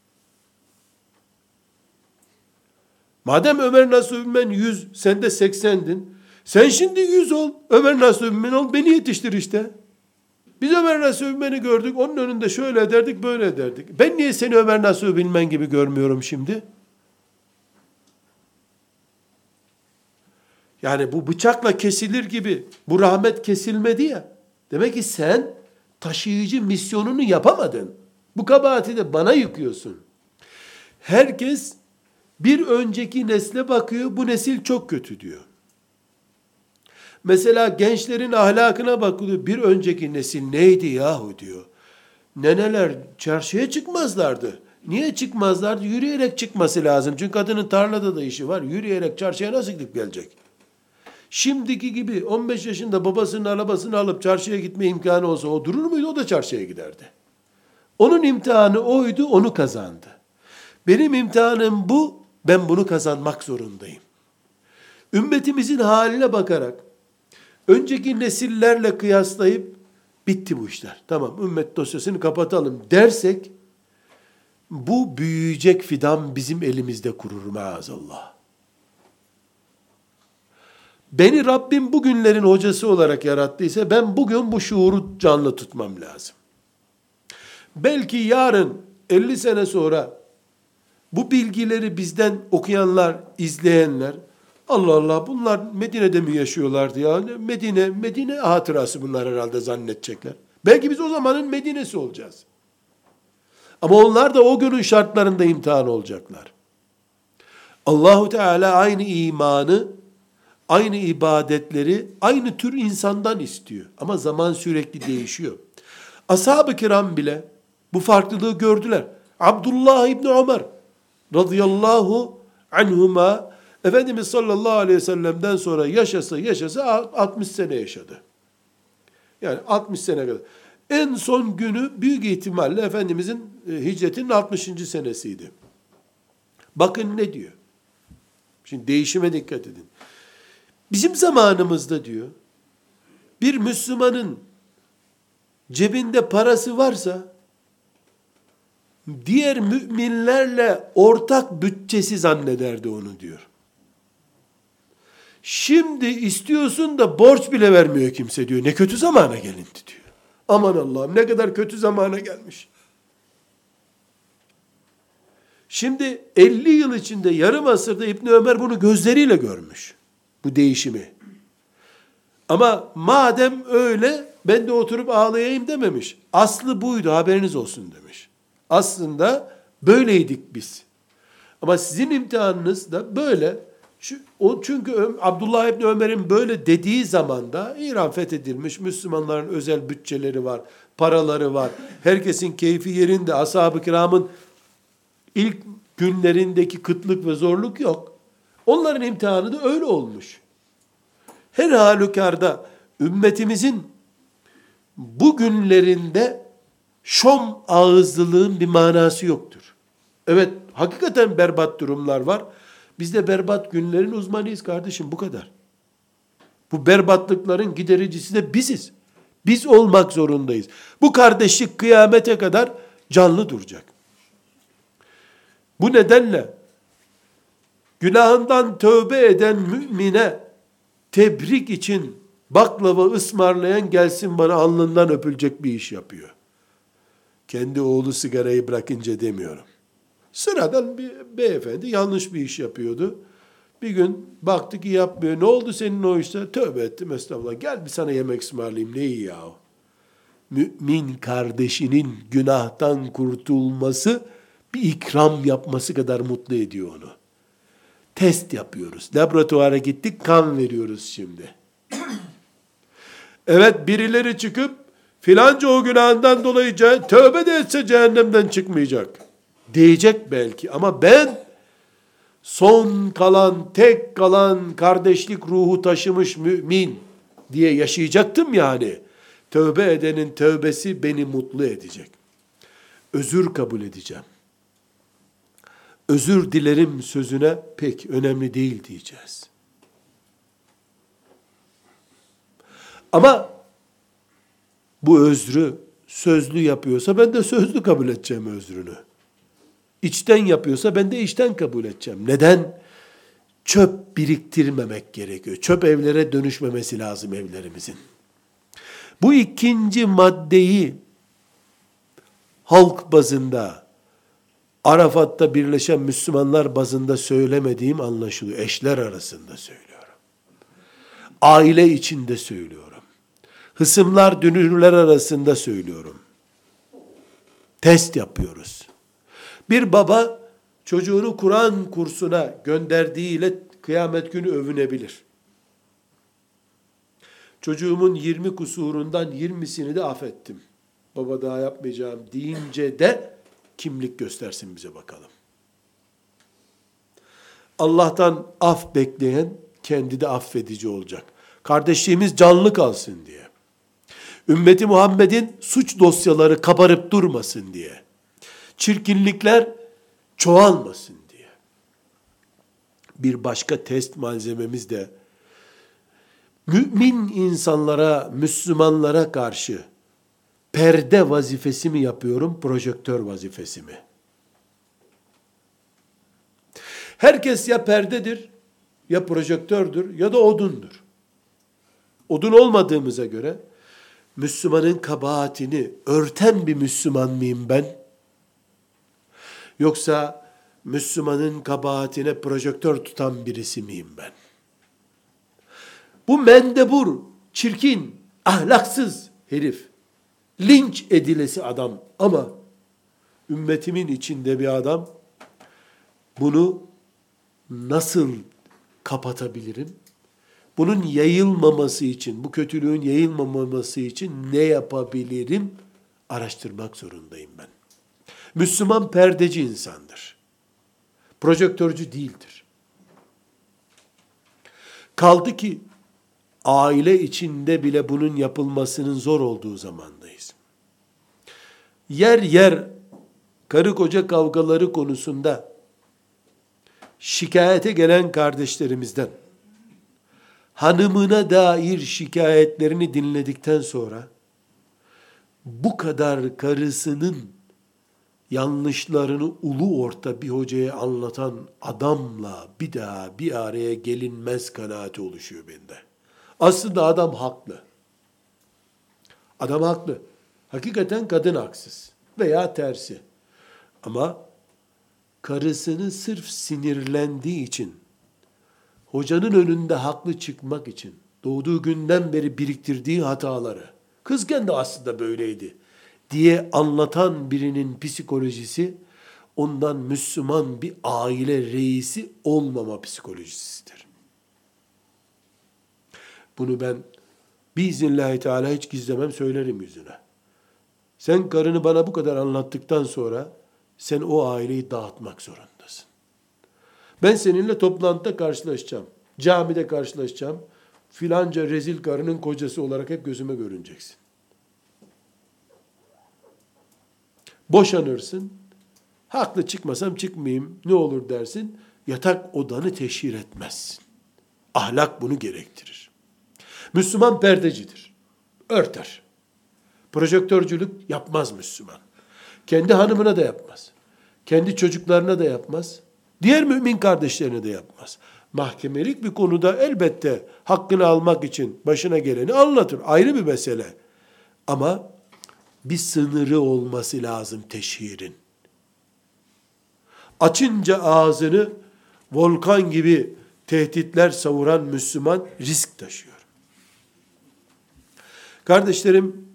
A: Madem Ömer Nasuhi Bilmen 100, sen de 80'din, sen şimdi 100 ol, Ömer Nasuhi Bilmen ol, beni yetiştir işte. Biz Ömer Nasuhi Bilmen'i gördük, onun önünde şöyle ederdik, böyle ederdik. Ben niye seni Ömer Nasuhi Bilmen gibi görmüyorum şimdi? Yani bu bıçakla kesilir gibi bu rahmet kesilmedi ya. Demek ki sen taşıyıcı misyonunu yapamadın. Bu kabahati de bana yıkıyorsun. Herkes bir önceki nesle bakıyor, bu nesil çok kötü diyor. Mesela gençlerin ahlakına bakılıyor, bir önceki nesil neydi yahu diyor. Neneler çarşıya çıkmazlardı. Niye çıkmazlardı? Yürüyerek çıkması lazım. Çünkü kadının tarlada da işi var. Yürüyerek çarşıya nasıl gidip gelecek? Şimdiki gibi 15 yaşında babasının arabasını alıp çarşıya gitme imkanı olsa o durur muydu? O da çarşıya giderdi. Onun imtihanı oydu, onu kazandı. Benim imtihanım bu, ben bunu kazanmak zorundayım. Ümmetimizin haline bakarak, önceki nesillerle kıyaslayıp, bitti bu işler, tamam ümmet dosyasını kapatalım dersek, bu büyüyecek fidan bizim elimizde kurur maazallah. Beni Rabbim bugünlerin hocası olarak yarattıysa ben bugün bu şuuru canlı tutmam lazım. Belki yarın 50 sene sonra bu bilgileri bizden okuyanlar, izleyenler, Allah Allah bunlar Medine'de mi yaşıyorlardı ya? Medine hatırası bunlar herhalde zannedecekler. Belki biz o zamanın Medine'si olacağız. Ama onlar da o günün şartlarında imtihan olacaklar. Allahu Teala aynı imanı, aynı ibadetleri, aynı tür insandan istiyor. Ama zaman sürekli değişiyor. Ashab-ı kiram bile bu farklılığı gördüler. Abdullah İbni Ömer radıyallahu anhuma, Efendimiz sallallahu aleyhi ve sellem'den sonra yaşasa 60 sene yaşadı. Yani 60 sene kadar. En son günü büyük ihtimalle Efendimizin hicretinin 60. senesiydi. Bakın ne diyor. Şimdi değişime dikkat edin. Bizim zamanımızda diyor, bir Müslümanın cebinde parası varsa, diğer müminlerle ortak bütçesi zannederdi onu diyor. Şimdi istiyorsun da borç bile vermiyor kimse diyor. Ne kötü zamana gelindi diyor. Aman Allah'ım ne kadar kötü zamana gelmiş. Şimdi 50 yıl içinde, yarım asırda İbni Ömer bunu gözleriyle görmüş. Bu değişimi. Ama madem öyle, ben de oturup ağlayayım dememiş. Aslı buydu, haberiniz olsun demiş. Aslında böyleydik biz. Ama sizin imtihanınız da böyle. Çünkü Abdullah İbni Ömer'in böyle dediği zaman da İran fethedilmiş, Müslümanların özel bütçeleri var, paraları var. Herkesin keyfi yerinde, ashab-ı kiramın ilk günlerindeki kıtlık ve zorluk yok. Onların imtihanı da öyle olmuş. Her halükarda ümmetimizin bu günlerinde şom ağızlılığın bir manası yoktur. Evet, hakikaten berbat durumlar var. Biz de berbat günlerin uzmanıyız kardeşim, bu kadar. Bu berbatlıkların gidericisi de biziz. Biz olmak zorundayız. Bu kardeşlik kıyamete kadar canlı duracak. Bu nedenle günahından tövbe eden mümine tebrik için baklava ısmarlayan gelsin bana alnından öpülecek bir iş yapıyor. Kendi oğlu sigarayı bırakınca demiyorum. Sıradan bir beyefendi yanlış bir iş yapıyordu. Bir gün baktı ki yapmıyor. Ne oldu senin o işte? Tövbe ettim, estağfurullah. Gel bir sana yemek ısmarlayayım. Ne iyi ya. Mümin kardeşinin günahtan kurtulması bir ikram yapması kadar mutlu ediyor onu. Test yapıyoruz. Laboratuvara gittik, kan veriyoruz şimdi. Evet, birileri çıkıp filanca o günahından dolayı tövbe de etse cehennemden çıkmayacak diyecek belki. Ama ben son kalan, tek kalan kardeşlik ruhu taşımış mümin diye yaşayacaktım yani. Tövbe edenin tövbesi beni mutlu edecek. Özür kabul edeceğim. Özür dilerim sözüne pek önemli değil diyeceğiz. Ama bu özrü sözlü yapıyorsa ben de sözlü kabul edeceğim özrünü. İçten yapıyorsa ben de içten kabul edeceğim. Neden? Çöp biriktirmemek gerekiyor. Çöp evlere dönüşmemesi lazım evlerimizin. Bu ikinci maddeyi halk bazında, Arafat'ta birleşen Müslümanlar bazında söylemediğim anlaşılıyor. Eşler arasında söylüyorum. Aile içinde söylüyorum. Hısımlar, dünürler arasında söylüyorum. Test yapıyoruz. Bir baba çocuğunu Kur'an kursuna gönderdiğiyle kıyamet günü övünebilir. Çocuğumun 20 kusurundan 20'sini de affettim. Baba daha yapmayacağım deyince de kimlik göstersin bize bakalım. Allah'tan af bekleyen kendi de affedici olacak. Kardeşliğimiz canlı kalsın diye. Ümmeti Muhammed'in suç dosyaları kabarıp durmasın diye. Çirkinlikler çoğalmasın diye. Bir başka test malzememiz de mümin insanlara, Müslümanlara karşı perde vazifesi mi yapıyorum, projektör vazifesi mi? Herkes ya perdedir, ya projektördür, ya da odundur. Odun olmadığımıza göre, Müslümanın kabahatini örten bir Müslüman mıyım ben? Yoksa Müslümanın kabahatine projektör tutan birisi miyim ben? Bu mendebur, çirkin, ahlaksız herif, linç edilesi adam ama ümmetimin içinde bir adam, bunu nasıl kapatabilirim? Bunun yayılmaması için, bu kötülüğün yayılmaması için ne yapabilirim? Araştırmak zorundayım ben. Müslüman perdeci insandır. Projektörcü değildir. Kaldı ki aile içinde bile bunun yapılmasının zor olduğu zamandayız. Yer yer karı koca kavgaları konusunda şikayete gelen kardeşlerimizden hanımına dair şikayetlerini dinledikten sonra bu kadar karısının yanlışlarını ulu orta bir hocaya anlatan adamla bir daha bir araya gelinmez kanaati oluşuyor bende. Aslında adam haklı. Adam haklı. Hakikaten kadın haksız veya tersi. Ama karısını sırf sinirlendiği için, hocanın önünde haklı çıkmak için, doğduğu günden beri biriktirdiği hataları, kızken de aslında böyleydi diye anlatan birinin psikolojisi, ondan Müslüman bir aile reisi olmama psikolojisidir. Bunu ben biiznillahü teala hiç gizlemem, söylerim yüzüne. Sen karını bana bu kadar anlattıktan sonra sen o aileyi dağıtmak zorundasın. Ben seninle toplantıda karşılaşacağım. Camide karşılaşacağım. Filanca rezil karının kocası olarak hep gözüme görüneceksin. Boşanırsın. Haklı çıkmasam çıkmayayım, ne olur dersin. Yatak odanı teşhir etmezsin. Ahlak bunu gerektirir. Müslüman perdecidir. Örter. Projektörcülük yapmaz Müslüman. Kendi hanımına da yapmaz. Kendi çocuklarına da yapmaz. Diğer mümin kardeşlerine de yapmaz. Mahkemelik bir konuda elbette hakkını almak için başına geleni anlatır. Ayrı bir mesele. Ama bir sınırı olması lazım teşhirin. Açınca ağzını volkan gibi tehditler savuran Müslüman risk taşıyor. Kardeşlerim,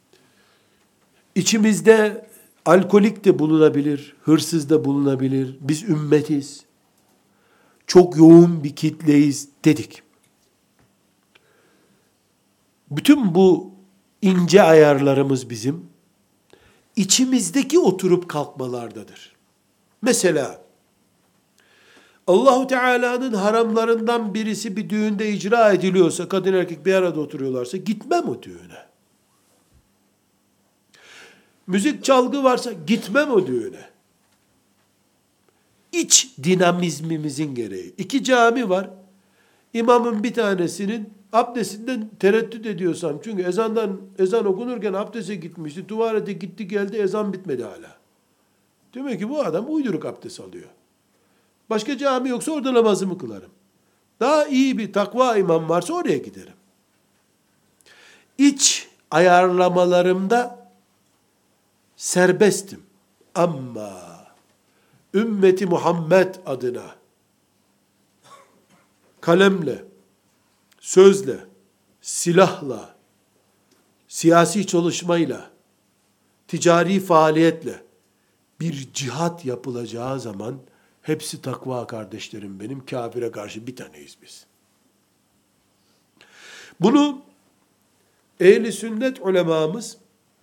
A: içimizde alkolik de bulunabilir, hırsız da bulunabilir. Biz ümmetiz. Çok yoğun bir kitleyiz dedik. Bütün bu ince ayarlarımız bizim içimizdeki oturup kalkmalardadır. Mesela Allahu Teala'nın haramlarından birisi bir düğünde icra ediliyorsa, kadın erkek bir arada oturuyorlarsa gitmem o düğüne. Müzik çalgı varsa gitmem o düğüne. İç dinamizmimizin gereği. 2 cami var. İmamın bir tanesinin abdestinden tereddüt ediyorsam, çünkü ezan okunurken abdeste gitmişti, tuvalete gitti geldi, ezan bitmedi hala. Demek ki bu adam uyduruk abdest alıyor. Başka cami yoksa orada namazımı kılarım. Daha iyi bir takva imam varsa oraya giderim. İç ayarlamalarımda serbestim. Ama ümmeti Muhammed adına kalemle, sözle, silahla, siyasi çalışmayla, ticari faaliyetle bir cihat yapılacağı zaman hepsi takva kardeşlerim benim, kafire karşı bir taneyiz biz. Bunu ehli sünnet ulemamız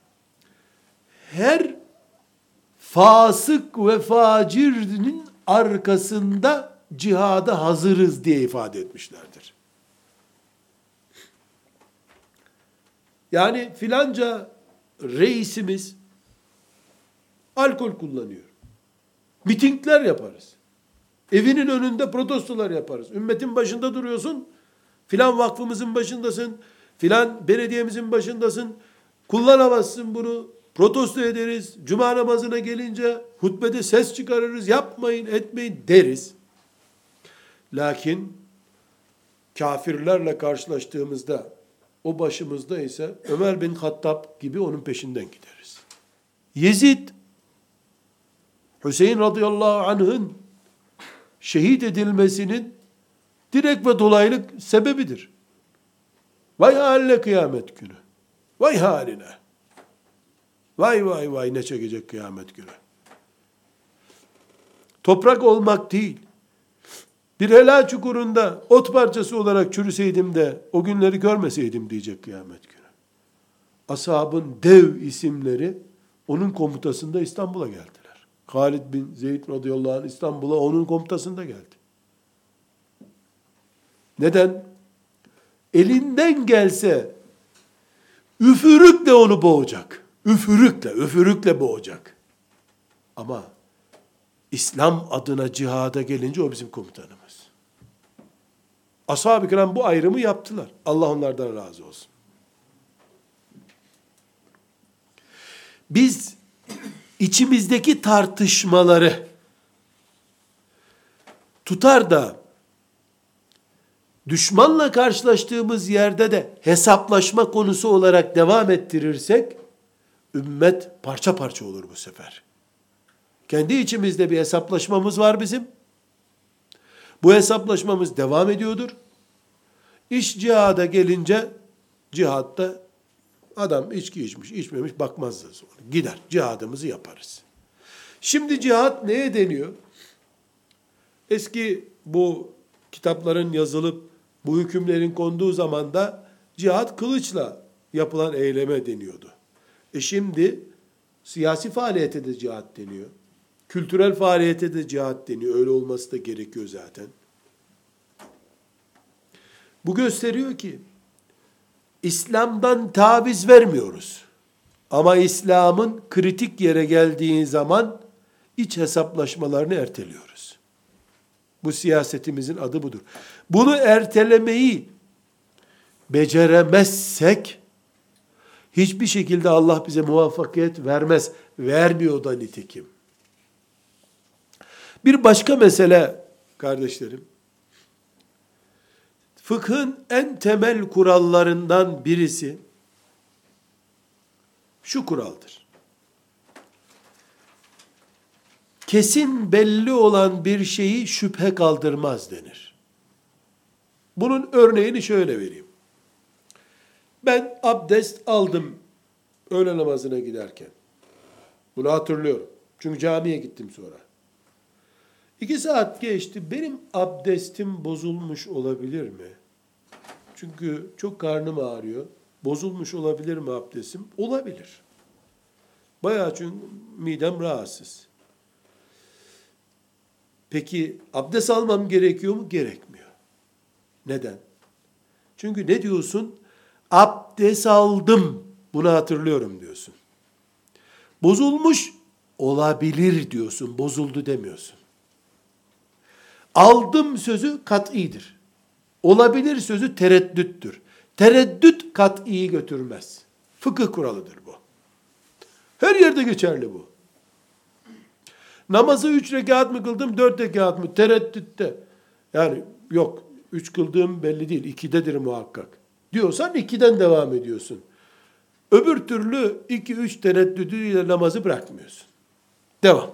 A: her fasık ve facirinin arkasında cihada hazırız diye ifade etmişlerdir. Yani filanca reisimiz alkol kullanıyor. Mitingler yaparız. Evinin önünde protestolar yaparız. Ümmetin başında duruyorsun, filan vakfımızın başındasın, filan belediyemizin başındasın, kullanamazsın bunu, protesto ederiz. Cuma namazına gelince hutbede ses çıkarırız, yapmayın, etmeyin deriz. Lakin kafirlerle karşılaştığımızda, o başımızda ise Ömer bin Hattab gibi onun peşinden gideriz. Yezid, Hüseyin radıyallahu anh'ın şehit edilmesinin direkt ve dolaylı sebebidir. Vay haline kıyamet günü. Vay haline. Vay vay vay ne çekecek kıyamet günü. Toprak olmak değil. Bir helal çukurunda ot parçası olarak çürüseydim de o günleri görmeseydim diyecek kıyamet günü. Ashabın dev isimleri onun komutasında İstanbul'a geldiler. Halid bin Zeyd radıyallahu anh İstanbul'a onun komutasında geldi. Neden? Elinden gelse üfürükle onu boğacak. Üfürükle boğacak. Ama İslam adına cihada gelince o bizim komutanımız. Ashab-ı kiram bu ayrımı yaptılar. Allah onlardan razı olsun. Biz içimizdeki tartışmaları tutar da düşmanla karşılaştığımız yerde de hesaplaşma konusu olarak devam ettirirsek ümmet parça parça olur bu sefer. Kendi içimizde bir hesaplaşmamız var bizim. Bu hesaplaşmamız devam ediyordur. İş cihada gelince, cihatta adam içki içmiş, içmemiş bakmaz da sonra. Gider, cihadımızı yaparız. Şimdi cihat neye deniyor? Eski bu kitapların yazılıp bu hükümlerin konduğu zamanda cihat kılıçla yapılan eyleme deniyordu. Şimdi siyasi faaliyete de cihat deniyor. Kültürel faaliyete de cihat deniyor. Öyle olması da gerekiyor zaten. Bu gösteriyor ki İslam'dan taviz vermiyoruz. Ama İslam'ın kritik yere geldiği zaman iç hesaplaşmalarını erteliyoruz. Bu siyasetimizin adı budur. Bunu ertelemeyi beceremezsek hiçbir şekilde Allah bize muvaffakiyet vermez. Vermiyor da nitekim. Bir başka mesele kardeşlerim, fıkhın en temel kurallarından birisi şu kuraldır. Kesin belli olan bir şeyi şüphe kaldırmaz denir. Bunun örneğini şöyle vereyim. Ben abdest aldım öğle namazına giderken. Bunu hatırlıyorum. Çünkü camiye gittim sonra. 2 saat geçti. Benim abdestim bozulmuş olabilir mi? Çünkü çok karnım ağrıyor. Bozulmuş olabilir mi abdestim? Olabilir. Bayağı çünkü midem rahatsız. Peki abdest almam gerekiyor mu? Gerekmiyor. Neden? Çünkü ne diyorsun? Abdest aldım. Bunu hatırlıyorum diyorsun. Bozulmuş olabilir diyorsun. Bozuldu demiyorsun. Aldım sözü kat'idir. Olabilir sözü tereddüttür. Tereddüt kat'iyi götürmez. Fıkıh kuralıdır bu. Her yerde geçerli bu. Namazı 3 rekat mı kıldım, 4 rekat mı? Tereddütte. Yani yok, 3 kıldığım belli değil, 2'dedir muhakkak. Diyorsan 2'den devam ediyorsun. Öbür türlü 2-3 tereddüdüyle namazı bırakmıyorsun. Devam.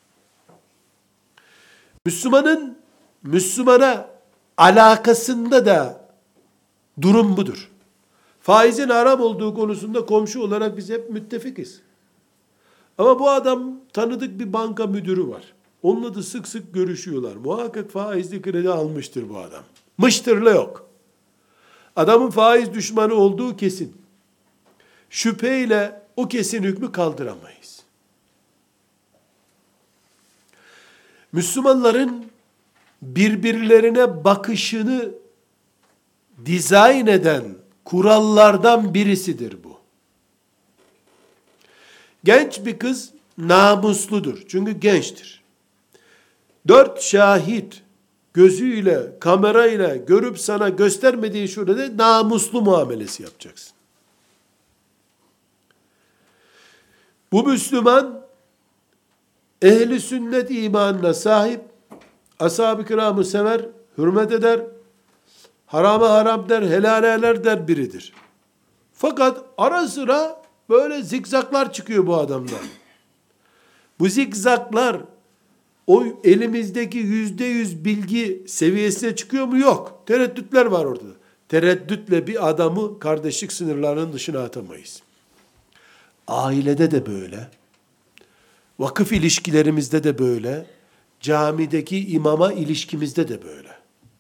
A: Müslümanın Müslümana alakasında da durum budur. Faizin haram olduğu konusunda komşu olarak biz hep müttefikiz. Ama bu adam tanıdık bir banka müdürü var. Onunla da sık sık görüşüyorlar. Muhakkak faizli kredi almıştır bu adam. Mıştırla yok. Adamın faiz düşmanı olduğu kesin. Şüpheyle o kesin hükmü kaldıramayız. Müslümanların birbirlerine bakışını dizayn eden kurallardan birisidir bu. Genç bir kız namusludur. Çünkü gençtir. 4 şahit gözüyle, kamerayla görüp sana göstermediği sürede namuslu muamelesi yapacaksın. Bu Müslüman ehli sünnet imanına sahip, ashab-ı kiramı sever, hürmet eder, harama haram der, helale helal der biridir. Fakat ara sıra böyle zikzaklar çıkıyor bu adamdan. Bu zikzaklar o elimizdeki %100 bilgi seviyesine çıkıyor mu? Yok. Tereddütler var orada. Tereddütle bir adamı kardeşlik sınırlarının dışına atamayız. Ailede de böyle. Vakıf ilişkilerimizde de böyle. Camideki imama ilişkimizde de böyle.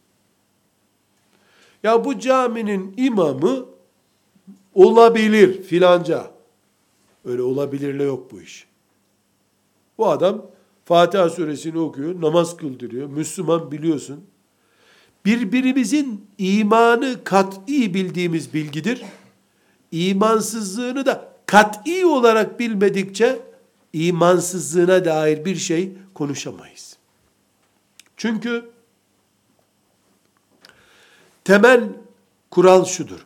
A: Ya bu caminin imamı olabilir filanca. Öyle olabilirle yok bu iş. Bu adam Fatiha suresini okuyor, namaz kıldırıyor. Müslüman biliyorsun. Birbirimizin imanı kat'i bildiğimiz bilgidir. İmansızlığını da kat'i olarak bilmedikçe imansızlığına dair bir şey konuşamayız. Çünkü temel kural şudur.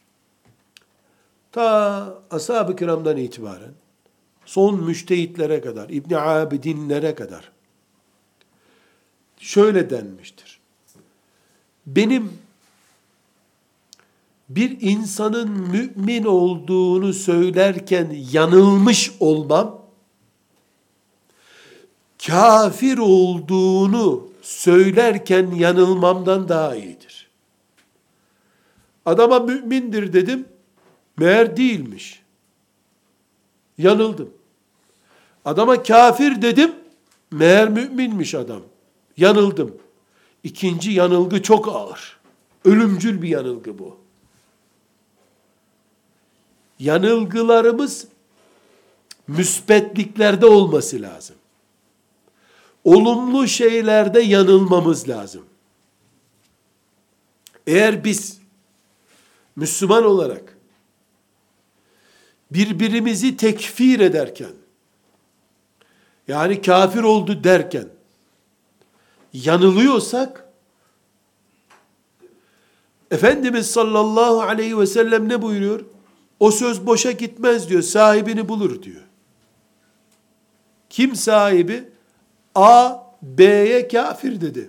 A: Ta ashab-ı kiramdan itibaren son müştehitlere kadar, İbn Abidinlere kadar şöyle denmiştir. Benim bir insanın mümin olduğunu söylerken yanılmış olmam, kafir olduğunu söylerken yanılmamdan daha iyidir. Adama mümindir dedim, meğer değilmiş. Yanıldım. Adama kafir dedim, meğer müminmiş adam. Yanıldım. İkinci yanılgı çok ağır. Ölümcül bir yanılgı bu. Yanılgılarımız müsbetliklerde olması lazım. Olumlu şeylerde yanılmamız lazım. Eğer biz Müslüman olarak birbirimizi tekfir ederken, yani kafir oldu derken yanılıyorsak, Efendimiz sallallahu aleyhi ve sellem ne buyuruyor? O söz boşa gitmez diyor, sahibini bulur diyor. Kim sahibi? A, B'ye kafir dedi.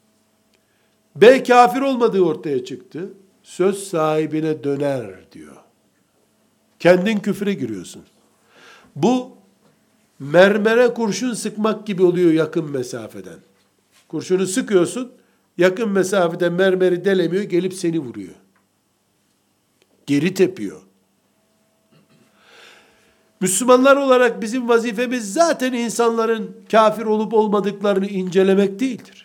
A: B kafir olmadığı ortaya çıktı. Söz sahibine döner diyor. Kendin küfre giriyorsun. Bu mermere kurşun sıkmak gibi oluyor yakın mesafeden. Kurşunu sıkıyorsun, yakın mesafeden mermeri delemiyor, gelip seni vuruyor. Geri tepiyor. Müslümanlar olarak bizim vazifemiz zaten insanların kafir olup olmadıklarını incelemek değildir.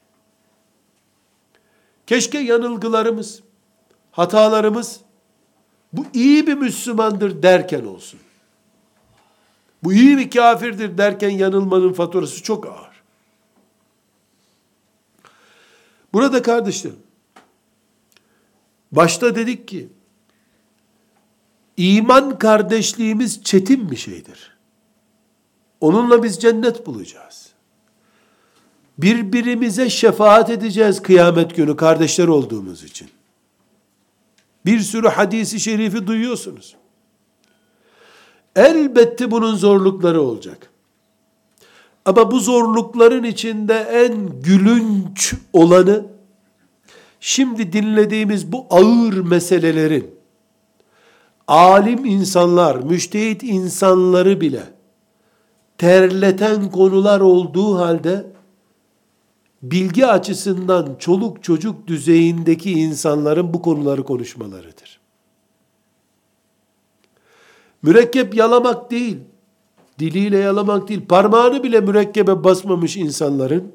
A: Keşke yanılgılarımız, hatalarımız bu iyi bir Müslümandır derken olsun. Bu iyi bir kafirdir derken yanılmanın faturası çok ağır. Burada kardeşlerim, başta dedik ki, İman kardeşliğimiz çetin bir şeydir. Onunla biz cennet bulacağız. Birbirimize şefaat edeceğiz kıyamet günü kardeşler olduğumuz için. Bir sürü hadisi şerifi duyuyorsunuz. Elbette bunun zorlukları olacak. Ama bu zorlukların içinde en gülünç olanı, şimdi dinlediğimiz bu ağır meselelerin, alim insanlar, müştehit insanları bile terleten konular olduğu halde, bilgi açısından çoluk çocuk düzeyindeki insanların bu konuları konuşmalarıdır. Mürekkep yalamak değil, diliyle yalamak değil, parmağını bile mürekkebe basmamış insanların,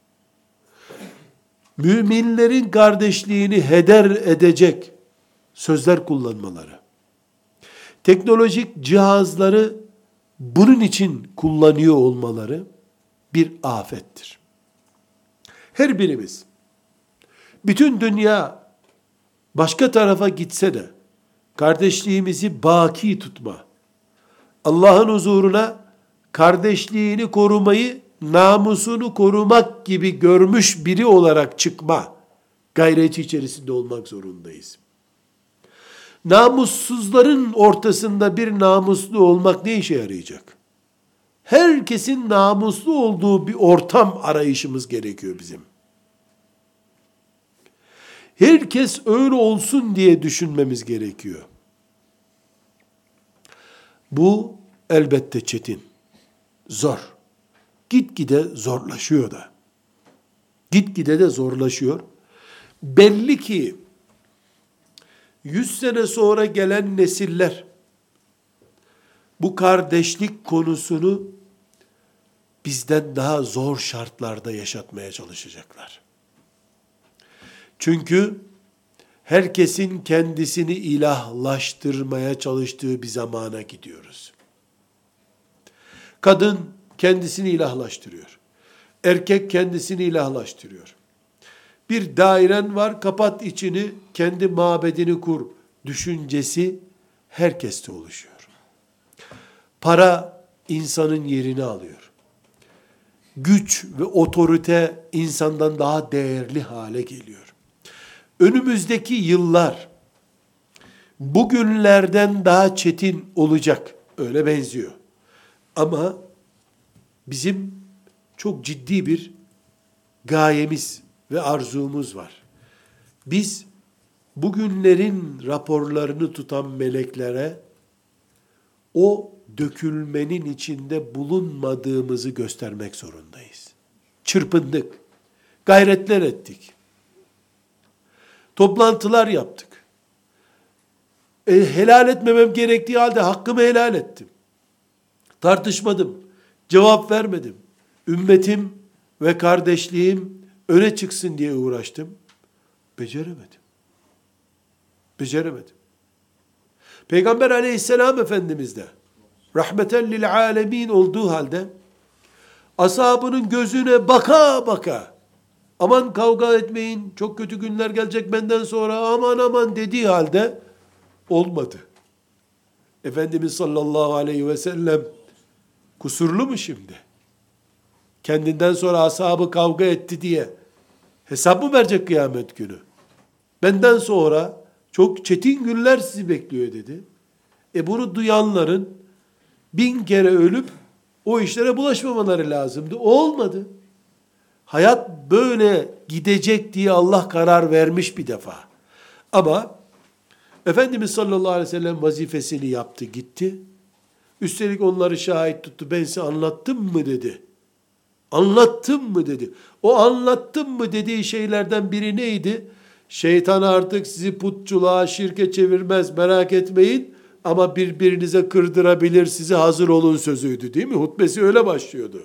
A: müminlerin kardeşliğini heder edecek sözler kullanmaları, teknolojik cihazları bunun için kullanıyor olmaları bir afettir. Her birimiz, bütün dünya başka tarafa gitse de kardeşliğimizi baki tutma, Allah'ın huzuruna kardeşliğini korumayı namusunu korumak gibi görmüş biri olarak çıkma gayreti içerisinde olmak zorundayız. Namussuzların ortasında bir namuslu olmak ne işe yarayacak? Herkesin namuslu olduğu bir ortam arayışımız gerekiyor bizim. Herkes öyle olsun diye düşünmemiz gerekiyor. Bu elbette çetin, zor. Gitgide zorlaşıyor da. Gitgide de zorlaşıyor. Belli ki 100 sene sonra gelen nesiller bu kardeşlik konusunu bizden daha zor şartlarda yaşatmaya çalışacaklar. Çünkü herkesin kendisini ilahlaştırmaya çalıştığı bir zamana gidiyoruz. Kadın kendisini ilahlaştırıyor. Erkek kendisini ilahlaştırıyor. Bir dairen var, kapat içini, kendi mabedini kur düşüncesi herkeste oluşuyor. Para insanın yerini alıyor. Güç ve otorite insandan daha değerli hale geliyor. Önümüzdeki yıllar bugünlerden daha çetin olacak, öyle benziyor. Ama bizim çok ciddi bir gayemiz ve arzumuz var. Biz bugünlerin raporlarını tutan meleklere o dökülmenin içinde bulunmadığımızı göstermek zorundayız. Çırpındık, gayretler ettik, toplantılar yaptık. Helal etmemem gerektiği halde hakkımı helal ettim. Tartışmadım, cevap vermedim. Ümmetim ve kardeşliğim öne çıksın diye uğraştım. Beceremedim. Beceremedim. Peygamber aleyhisselam Efendimiz de rahmeten lil alemin olduğu halde ashabının gözüne baka baka aman kavga etmeyin, çok kötü günler gelecek benden sonra, aman aman dediği halde olmadı. Efendimiz sallallahu aleyhi ve sellem kusurlu mu şimdi? Kendinden sonra ashabı kavga etti diye hesap mı verecek kıyamet günü? Benden sonra çok çetin günler sizi bekliyor dedi. Bunu duyanların 1000 kere ölüp o işlere bulaşmamaları lazımdı. Olmadı. Hayat böyle gidecek diye Allah karar vermiş bir defa. Ama Efendimiz sallallahu aleyhi ve sellem vazifesini yaptı, gitti. Üstelik onları şahit tuttu. Ben size anlattım mı dedi. Anlattım mı dedi. O anlattım mı dediği şeylerden biri neydi? Şeytan artık sizi putçuluğa, şirke çevirmez, merak etmeyin. Ama birbirinize kırdırabilir, size hazır olun sözüydü, değil mi? Hutbesi öyle başlıyordu.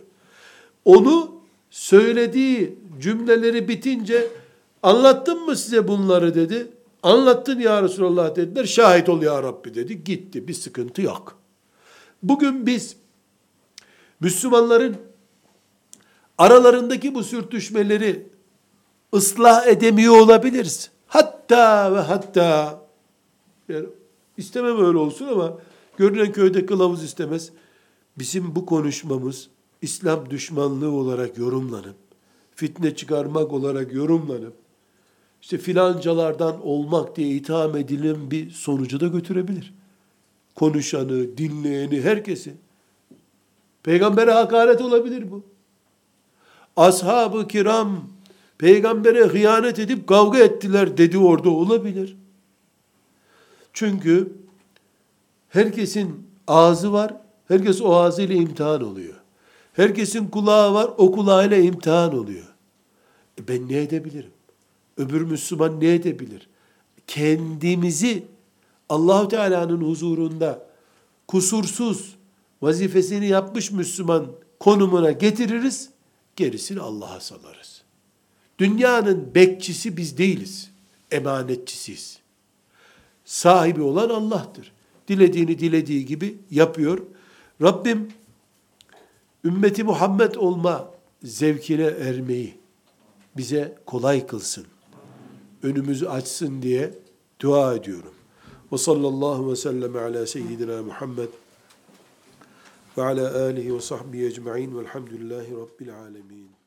A: Onu söylediği cümleleri bitince anlattım mı size bunları dedi. Anlattın ya Resulallah dediler. Şahit ol ya Rabbi dedi. Gitti. Bir sıkıntı yok. Bugün biz Müslümanların aralarındaki bu sürtüşmeleri ıslah edemiyor olabiliriz. Hatta ve hatta yani istemem öyle olsun ama görünen köyde kılavuz istemez. Bizim bu konuşmamız İslam düşmanlığı olarak yorumlanıp, fitne çıkarmak olarak yorumlanıp, işte filancalardan olmak diye itham edilen bir sonucu da götürebilir. Konuşanı, dinleyeni, herkesi. Peygambere hakaret olabilir bu. Ashab-ı kiram peygambere hıyanet edip kavga ettiler dedi orada olabilir. Çünkü herkesin ağzı var, herkes o ağzıyla imtihan oluyor. Herkesin kulağı var, o kulağıyla imtihan oluyor. Ben ne edebilirim? Öbür Müslüman ne edebilir? Kendimizi Allah-u Teala'nın huzurunda kusursuz, vazifesini yapmış Müslüman konumuna getiririz, gerisini Allah'a salarız. Dünyanın bekçisi biz değiliz, emanetçisiyiz. Sahibi olan Allah'tır. Dilediğini dilediği gibi yapıyor. Rabbim ümmeti Muhammed olma zevkine ermeyi bize kolay kılsın. Önümüzü açsın diye dua ediyorum. Ve sallallahu ve sellem ala seyyidina Muhammed ve ala alihi ve sahbihi ecma'in velhamdülillahi rabbil alemin.